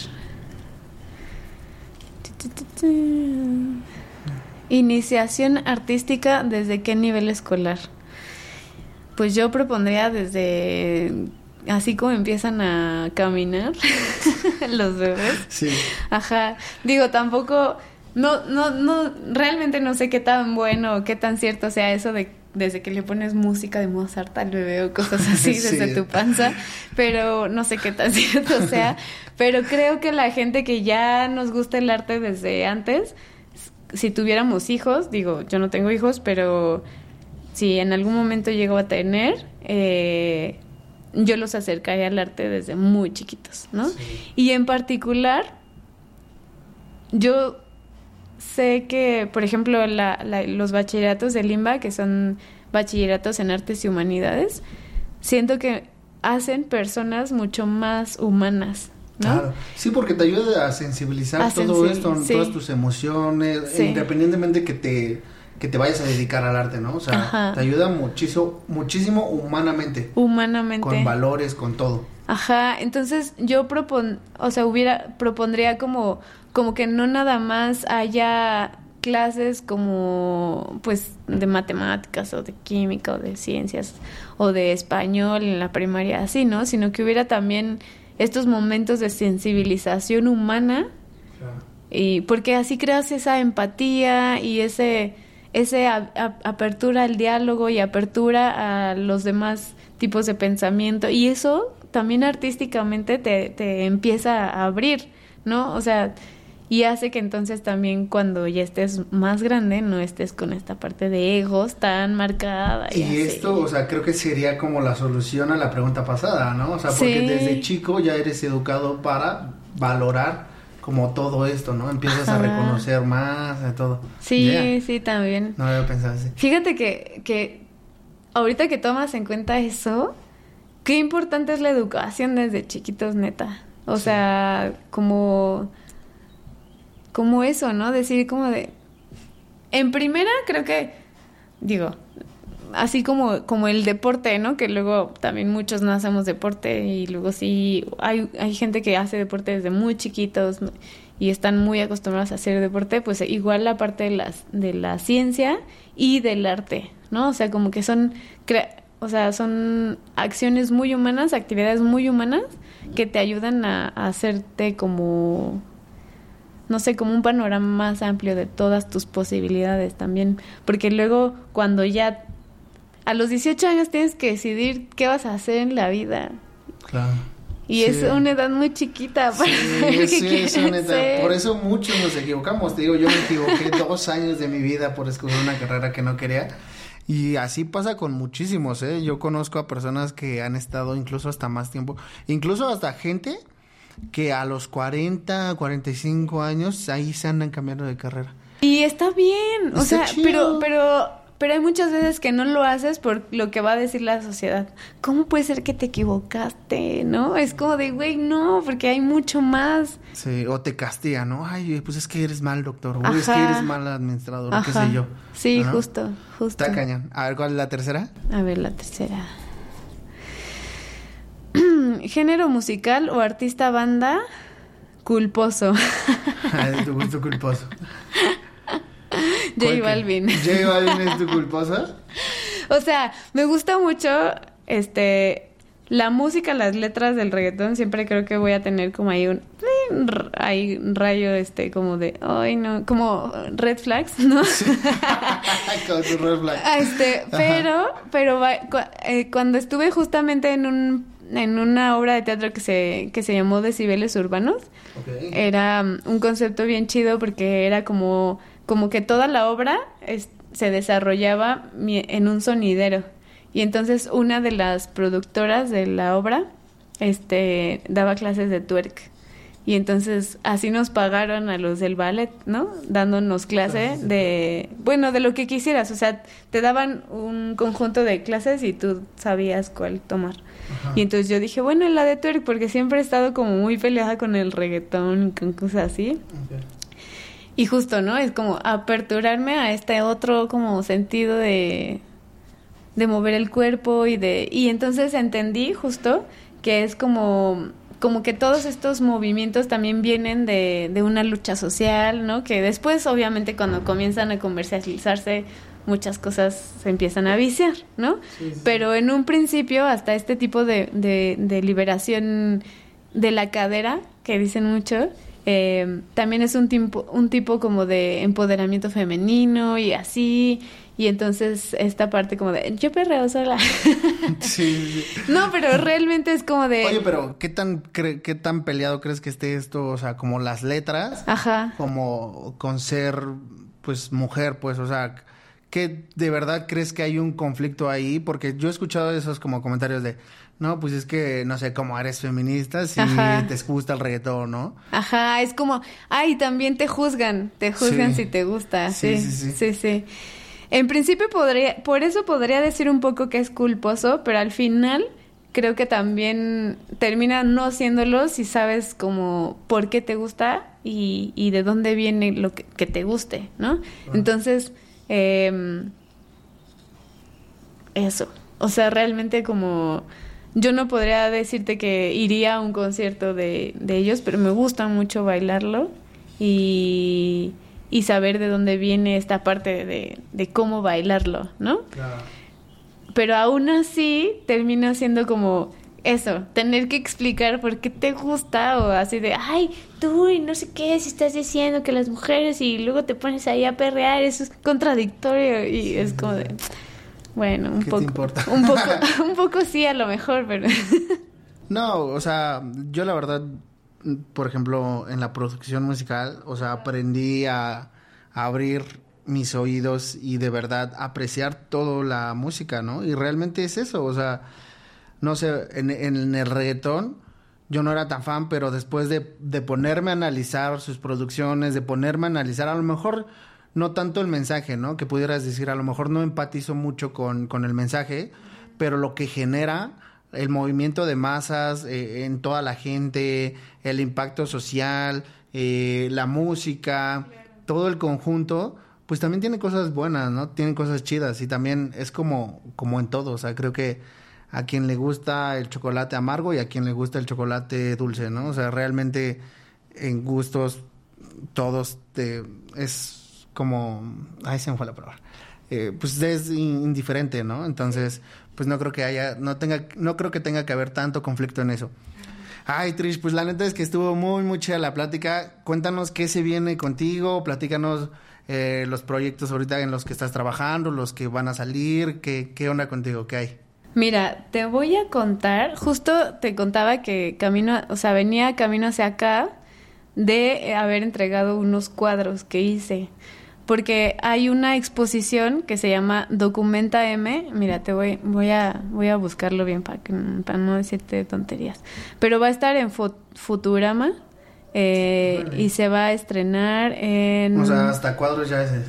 S5: Iniciación artística, ¿desde qué nivel escolar? Pues yo propondría desde así como empiezan a caminar los bebés.
S4: Sí.
S5: Ajá. Digo, tampoco no no no realmente no sé qué tan bueno o qué tan cierto sea eso de desde que le pones música de Mozart al bebé o cosas así sí. desde tu panza, pero no sé qué tan cierto sea, pero creo que la gente que ya nos gusta el arte desde antes, si tuviéramos hijos, digo, yo no tengo hijos, pero si en algún momento llego a tener, eh, yo los acercaría al arte desde muy chiquitos, ¿no?
S4: Sí.
S5: Y en particular, yo sé que, por ejemplo, la, la, los bachilleratos de Limba, que son bachilleratos en artes y humanidades, siento que hacen personas mucho más humanas, ¿no? Claro.
S4: Sí, porque te ayuda a sensibilizar a todo sensibil- esto, sí. todas tus emociones, sí. independientemente que te que te vayas a dedicar al arte, ¿no? O sea, Ajá. te ayuda muchísimo, muchísimo humanamente.
S5: Humanamente.
S4: Con valores, con todo.
S5: Ajá, entonces yo propon, o sea, hubiera, propondría como, como que no nada más haya clases como, pues, de matemáticas o de química o de ciencias o de español en la primaria, así, ¿no? Sino que hubiera también estos momentos de sensibilización humana, claro. Y porque así creas esa empatía y ese... ese a, a, apertura al diálogo y apertura a los demás tipos de pensamiento, y eso también artísticamente te, te empieza a abrir, ¿no? O sea, y hace que entonces también cuando ya estés más grande no estés con esta parte de egos tan marcada. Y,
S4: y esto, o sea, creo que sería como la solución a la pregunta pasada, ¿no? O sea, porque sí. desde chico ya eres educado para valorar como todo esto, ¿no? Empiezas Ajá. a reconocer más de todo.
S5: Sí, yeah. sí, también.
S4: No había pensado así.
S5: Fíjate que, que ahorita que tomas en cuenta eso, qué importante es la educación desde chiquitos, neta. O sí. sea, como, como eso, ¿no? Decir como de... En primera, creo que, digo, así como, como el deporte, ¿no? Que luego también muchos no hacemos deporte y luego sí hay, hay gente que hace deporte desde muy chiquitos y están muy acostumbrados a hacer deporte, pues igual la parte de las de la ciencia y del arte, ¿no? O sea, como que son crea- o sea, son acciones muy humanas, actividades muy humanas que te ayudan a, a hacerte como, no sé, como un panorama más amplio de todas tus posibilidades también, porque luego cuando ya a los dieciocho años tienes que decidir qué vas a hacer en la vida.
S4: Claro.
S5: Y
S4: sí.
S5: es una edad muy chiquita para
S4: sí,
S5: saber qué
S4: sí,
S5: quieres
S4: es una edad.
S5: ser.
S4: Por eso muchos nos equivocamos. Te digo, yo me equivoqué dos años de mi vida por escoger una carrera que no quería. Y así pasa con muchísimos, ¿eh? Yo conozco a personas que han estado incluso hasta más tiempo. Incluso hasta gente que a los cuarenta, cuarenta y cinco años ahí se andan cambiando de carrera.
S5: Y está bien. O
S4: está
S5: sea,
S4: chido.
S5: pero... pero Pero hay muchas veces que no lo haces por lo que va a decir la sociedad. ¿Cómo puede ser que te equivocaste, no? Es como de, güey, no, porque hay mucho más.
S4: Sí, o te castigan, ¿no? Ay, pues es que eres mal doctor, o es que eres mal administrador, Ajá. qué sé yo.
S5: Sí,
S4: ¿no?
S5: justo, justo.
S4: Está cañón. A ver, ¿cuál es la tercera?
S5: A ver, la tercera. Género musical o artista banda culposo.
S4: De tu gusto culposo.
S5: J Balvin.
S4: ¿J Balvin es tu culposa?
S5: O sea, me gusta mucho este la música, las letras del reggaetón. Siempre creo que voy a tener como ahí un ahí un rayo este como de ay no, como red flags, ¿no? Sí.
S4: Con tu red flag.
S5: Este, pero pero eh, cuando estuve justamente en un en una obra de teatro que se que se llamó Decibeles Urbanos, okay. Era un concepto bien chido porque era como como que toda la obra es, se desarrollaba en un sonidero. Y entonces una de las productoras de la obra este daba clases de twerk. Y entonces así nos pagaron a los del ballet, ¿no? Dándonos clase de, bueno, de lo que quisieras. O sea, te daban un conjunto de clases y tú sabías cuál tomar. Ajá. Y entonces yo dije, bueno, la de twerk, porque siempre he estado como muy peleada con el reggaetón y con cosas así. Okay. Y justo, ¿no? Es como aperturarme a este otro como sentido de, de mover el cuerpo y de... Y entonces entendí justo que es como, como que todos estos movimientos también vienen de, de una lucha social, ¿no? Que después, obviamente, cuando comienzan a comercializarse, muchas cosas se empiezan a viciar, ¿no? Sí, sí. Pero en un principio, hasta este tipo de, de, de liberación de la cadera, que dicen mucho... Eh, también es un tipo, un tipo como de empoderamiento femenino y así, y entonces esta parte como de yo perreo sola. Sí, sí. No, pero realmente es como de...
S4: Oye, pero ¿qué tan cre- qué tan peleado crees que esté esto? O sea, como las letras,
S5: Ajá.
S4: como con ser, pues, mujer, pues, o sea... ¿qué de verdad crees que hay un conflicto ahí? Porque yo he escuchado esos como comentarios de, no, pues es que, no sé, como eres feminista, si
S5: Ajá.
S4: te gusta el reggaetón, ¿no?
S5: Ajá, es como, ay, también te juzgan, te juzgan
S4: Sí.
S5: si te gusta, sí,
S4: Sí,
S5: sí,
S4: sí, sí.
S5: sí, sí. En principio podría, por eso podría decir un poco que es culposo, pero al final creo que también termina no siéndolo si sabes como por qué te gusta y, y de dónde viene lo que, que te guste, ¿no? Entonces, eh, eso, o sea, realmente como... Yo no podría decirte que iría a un concierto de, de ellos, pero me gusta mucho bailarlo y, y saber de dónde viene esta parte de, de cómo bailarlo, ¿no?
S4: Claro.
S5: Pero aún así termina siendo como eso, tener que explicar por qué te gusta o así de, ay, tú y no sé qué, si estás diciendo que las mujeres y luego te pones ahí a perrear, eso es contradictorio y es como de... Bueno, un
S4: ¿Qué te
S5: poco,
S4: importa?
S5: un poco, un poco sí a lo mejor, pero
S4: No, o sea, yo la verdad, por ejemplo, en la producción musical, o sea, aprendí a, a abrir mis oídos y de verdad apreciar toda la música, ¿no? Y realmente es eso, o sea, no sé, en, en el reggaetón yo no era tan fan, pero después de, de ponerme a analizar sus producciones, de ponerme a analizar, a lo mejor no tanto el mensaje, ¿no? Que pudieras decir, a lo mejor no empatizo mucho con, con el mensaje, pero lo que genera el movimiento de masas eh, en toda la gente, el impacto social, eh, la música, todo el conjunto, pues también tiene cosas buenas, ¿no? Tienen cosas chidas y también es como, como en todo, o sea, creo que a quien le gusta el chocolate amargo y a quien le gusta el chocolate dulce, ¿no? O sea, realmente en gustos todos te, es como... Ay, se me fue la palabra. Eh, pues es indiferente, ¿no? Entonces, pues no creo que haya... No tenga, no creo que tenga que haber tanto conflicto en eso. Ay, Trish, pues la neta es que estuvo muy, muy chida la plática. Cuéntanos qué se viene contigo, platícanos eh, los proyectos ahorita en los que estás trabajando, los que van a salir, qué, qué onda contigo, qué hay.
S5: mira, te voy a contar, justo te contaba que camino, o sea, venía camino hacia acá de haber entregado unos cuadros que hice, porque hay una exposición que se llama Documenta M. Mira, te voy voy a voy a buscarlo bien para que para no decirte tonterías. Pero va a estar en Fo- Futurama eh, y se va a estrenar en...
S4: O sea, hasta cuadros ya ese.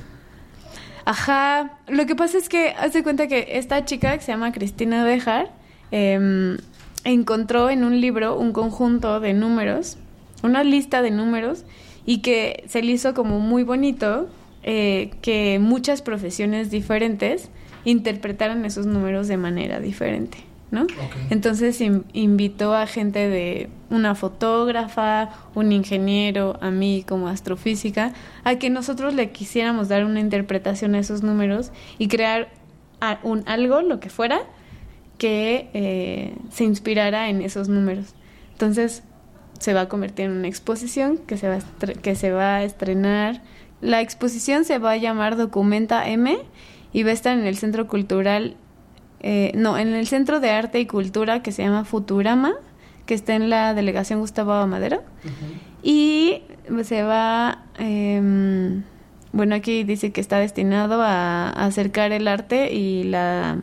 S5: Ajá. Lo que pasa es que haz de cuenta que esta chica que se llama Cristina Bejar eh, encontró en un libro un conjunto de números, una lista de números, y que se le hizo como muy bonito eh, que muchas profesiones diferentes interpretaran esos números de manera diferente, ¿no?
S4: Okay.
S5: Entonces in- invitó a gente de una fotógrafa, un ingeniero, a mí como astrofísica, a que nosotros le quisiéramos dar una interpretación a esos números y crear a- un algo, lo que fuera, que eh, se inspirara en esos números. Entonces se va a convertir en una exposición que se va a estre- que se va a estrenar. La exposición se va a llamar Documenta M y va a estar en el Centro Cultural, eh, no, en el Centro de Arte y Cultura que se llama Futurama, que está en la Delegación Gustavo Amadero. Uh-huh. Y se va, eh, bueno, aquí dice que está destinado a, a acercar el arte y la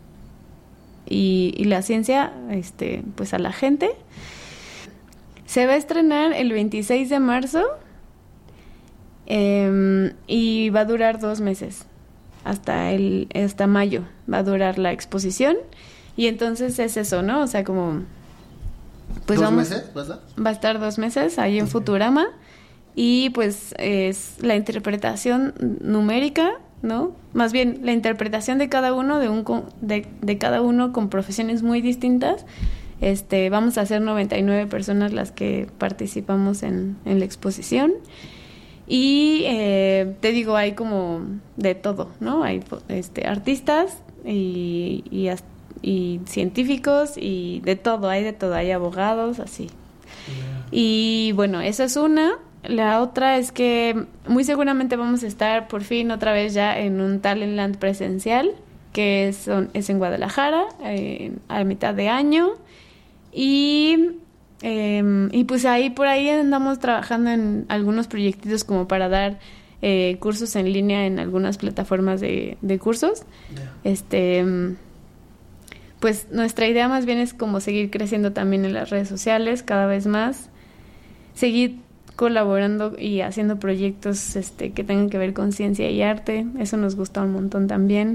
S5: y, y la ciencia, este, pues a la gente. Se va a estrenar el veintiséis de marzo eh, y va a durar dos meses, hasta el hasta mayo va a durar la exposición, y entonces es eso, ¿no? O sea, como pues
S4: ¿Dos
S5: vamos,
S4: meses? ¿Verdad?
S5: Va a estar dos meses ahí en okay. Futurama, y pues es la interpretación numérica, ¿no? Más bien la interpretación de cada uno de un de, de cada uno con profesiones muy distintas. Este, vamos a ser noventa y nueve personas las que participamos en, en la exposición. Y eh, te digo, hay como de todo, ¿no? Hay este, artistas y, y, y científicos y de todo, hay de todo, hay abogados, así. Yeah. Y bueno, esa es una. La otra es que muy seguramente vamos a estar por fin otra vez ya en un Talentland presencial, que es, son, es en Guadalajara, eh, a mitad de año. Y, eh, y pues ahí por ahí andamos trabajando en algunos proyectitos como para dar eh, cursos en línea en algunas plataformas de, de cursos. Yeah. Este, pues nuestra idea más bien es como seguir creciendo también en las redes sociales cada vez más, seguir colaborando y haciendo proyectos este, que tengan que ver con ciencia y arte. Eso nos gusta un montón también.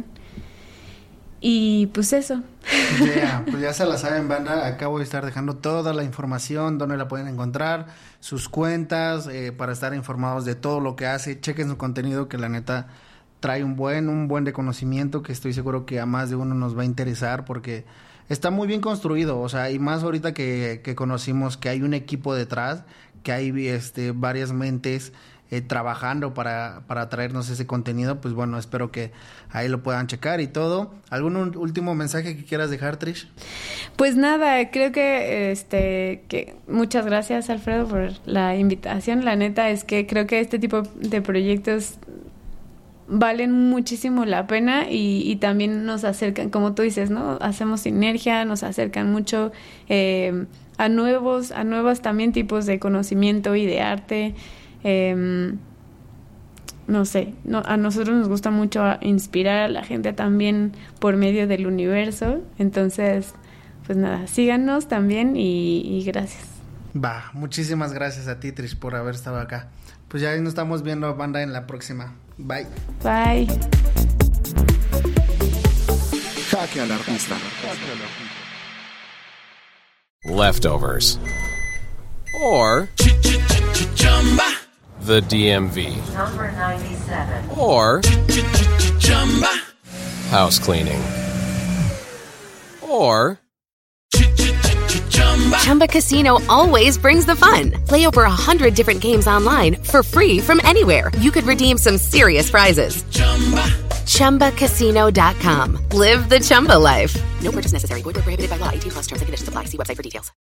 S5: Y pues eso.
S4: Yeah, pues ya se la saben, banda. Acá voy a estar dejando toda la información, dónde la pueden encontrar, sus cuentas, eh, para estar informados de todo lo que hace. Chequen su contenido, que la neta trae un buen, un buen de conocimiento, que estoy seguro que a más de uno nos va a interesar, porque está muy bien construido. O sea, y más ahorita que, que conocimos que hay un equipo detrás, que hay este, varias mentes Eh, trabajando para, para traernos ese contenido. Pues bueno, espero que ahí lo puedan checar y todo. ¿Algún un, último mensaje que quieras dejar, Trish?
S5: Pues nada, creo que este que muchas gracias, Alfredo, por la invitación. La neta es que creo que este tipo de proyectos valen muchísimo la pena y, y también nos acercan, como tú dices, ¿no? Hacemos sinergia, nos acercan mucho eh, a nuevos, a nuevos también tipos de conocimiento y de arte. Eh, no sé, no, a nosotros nos gusta mucho inspirar a la gente también por medio del universo. Entonces, pues nada, síganos también y, y gracias.
S4: Va, muchísimas gracias a ti, Trish, por haber estado acá. Pues ya nos estamos viendo, banda, en la próxima. Bye.
S5: Bye.
S9: Jaque al artista.
S7: Leftovers. Or the D M V.
S8: Number ninety-seven.
S7: Or house cleaning. Or
S6: Chumba Casino always brings the fun. Play over a hundred different games online for free from anywhere. You could redeem some serious prizes. Chumba Casino dot com. Live the Chumba life. No purchase necessary. Void where prohibited by law. eighteen plus terms and conditions apply. See website for details.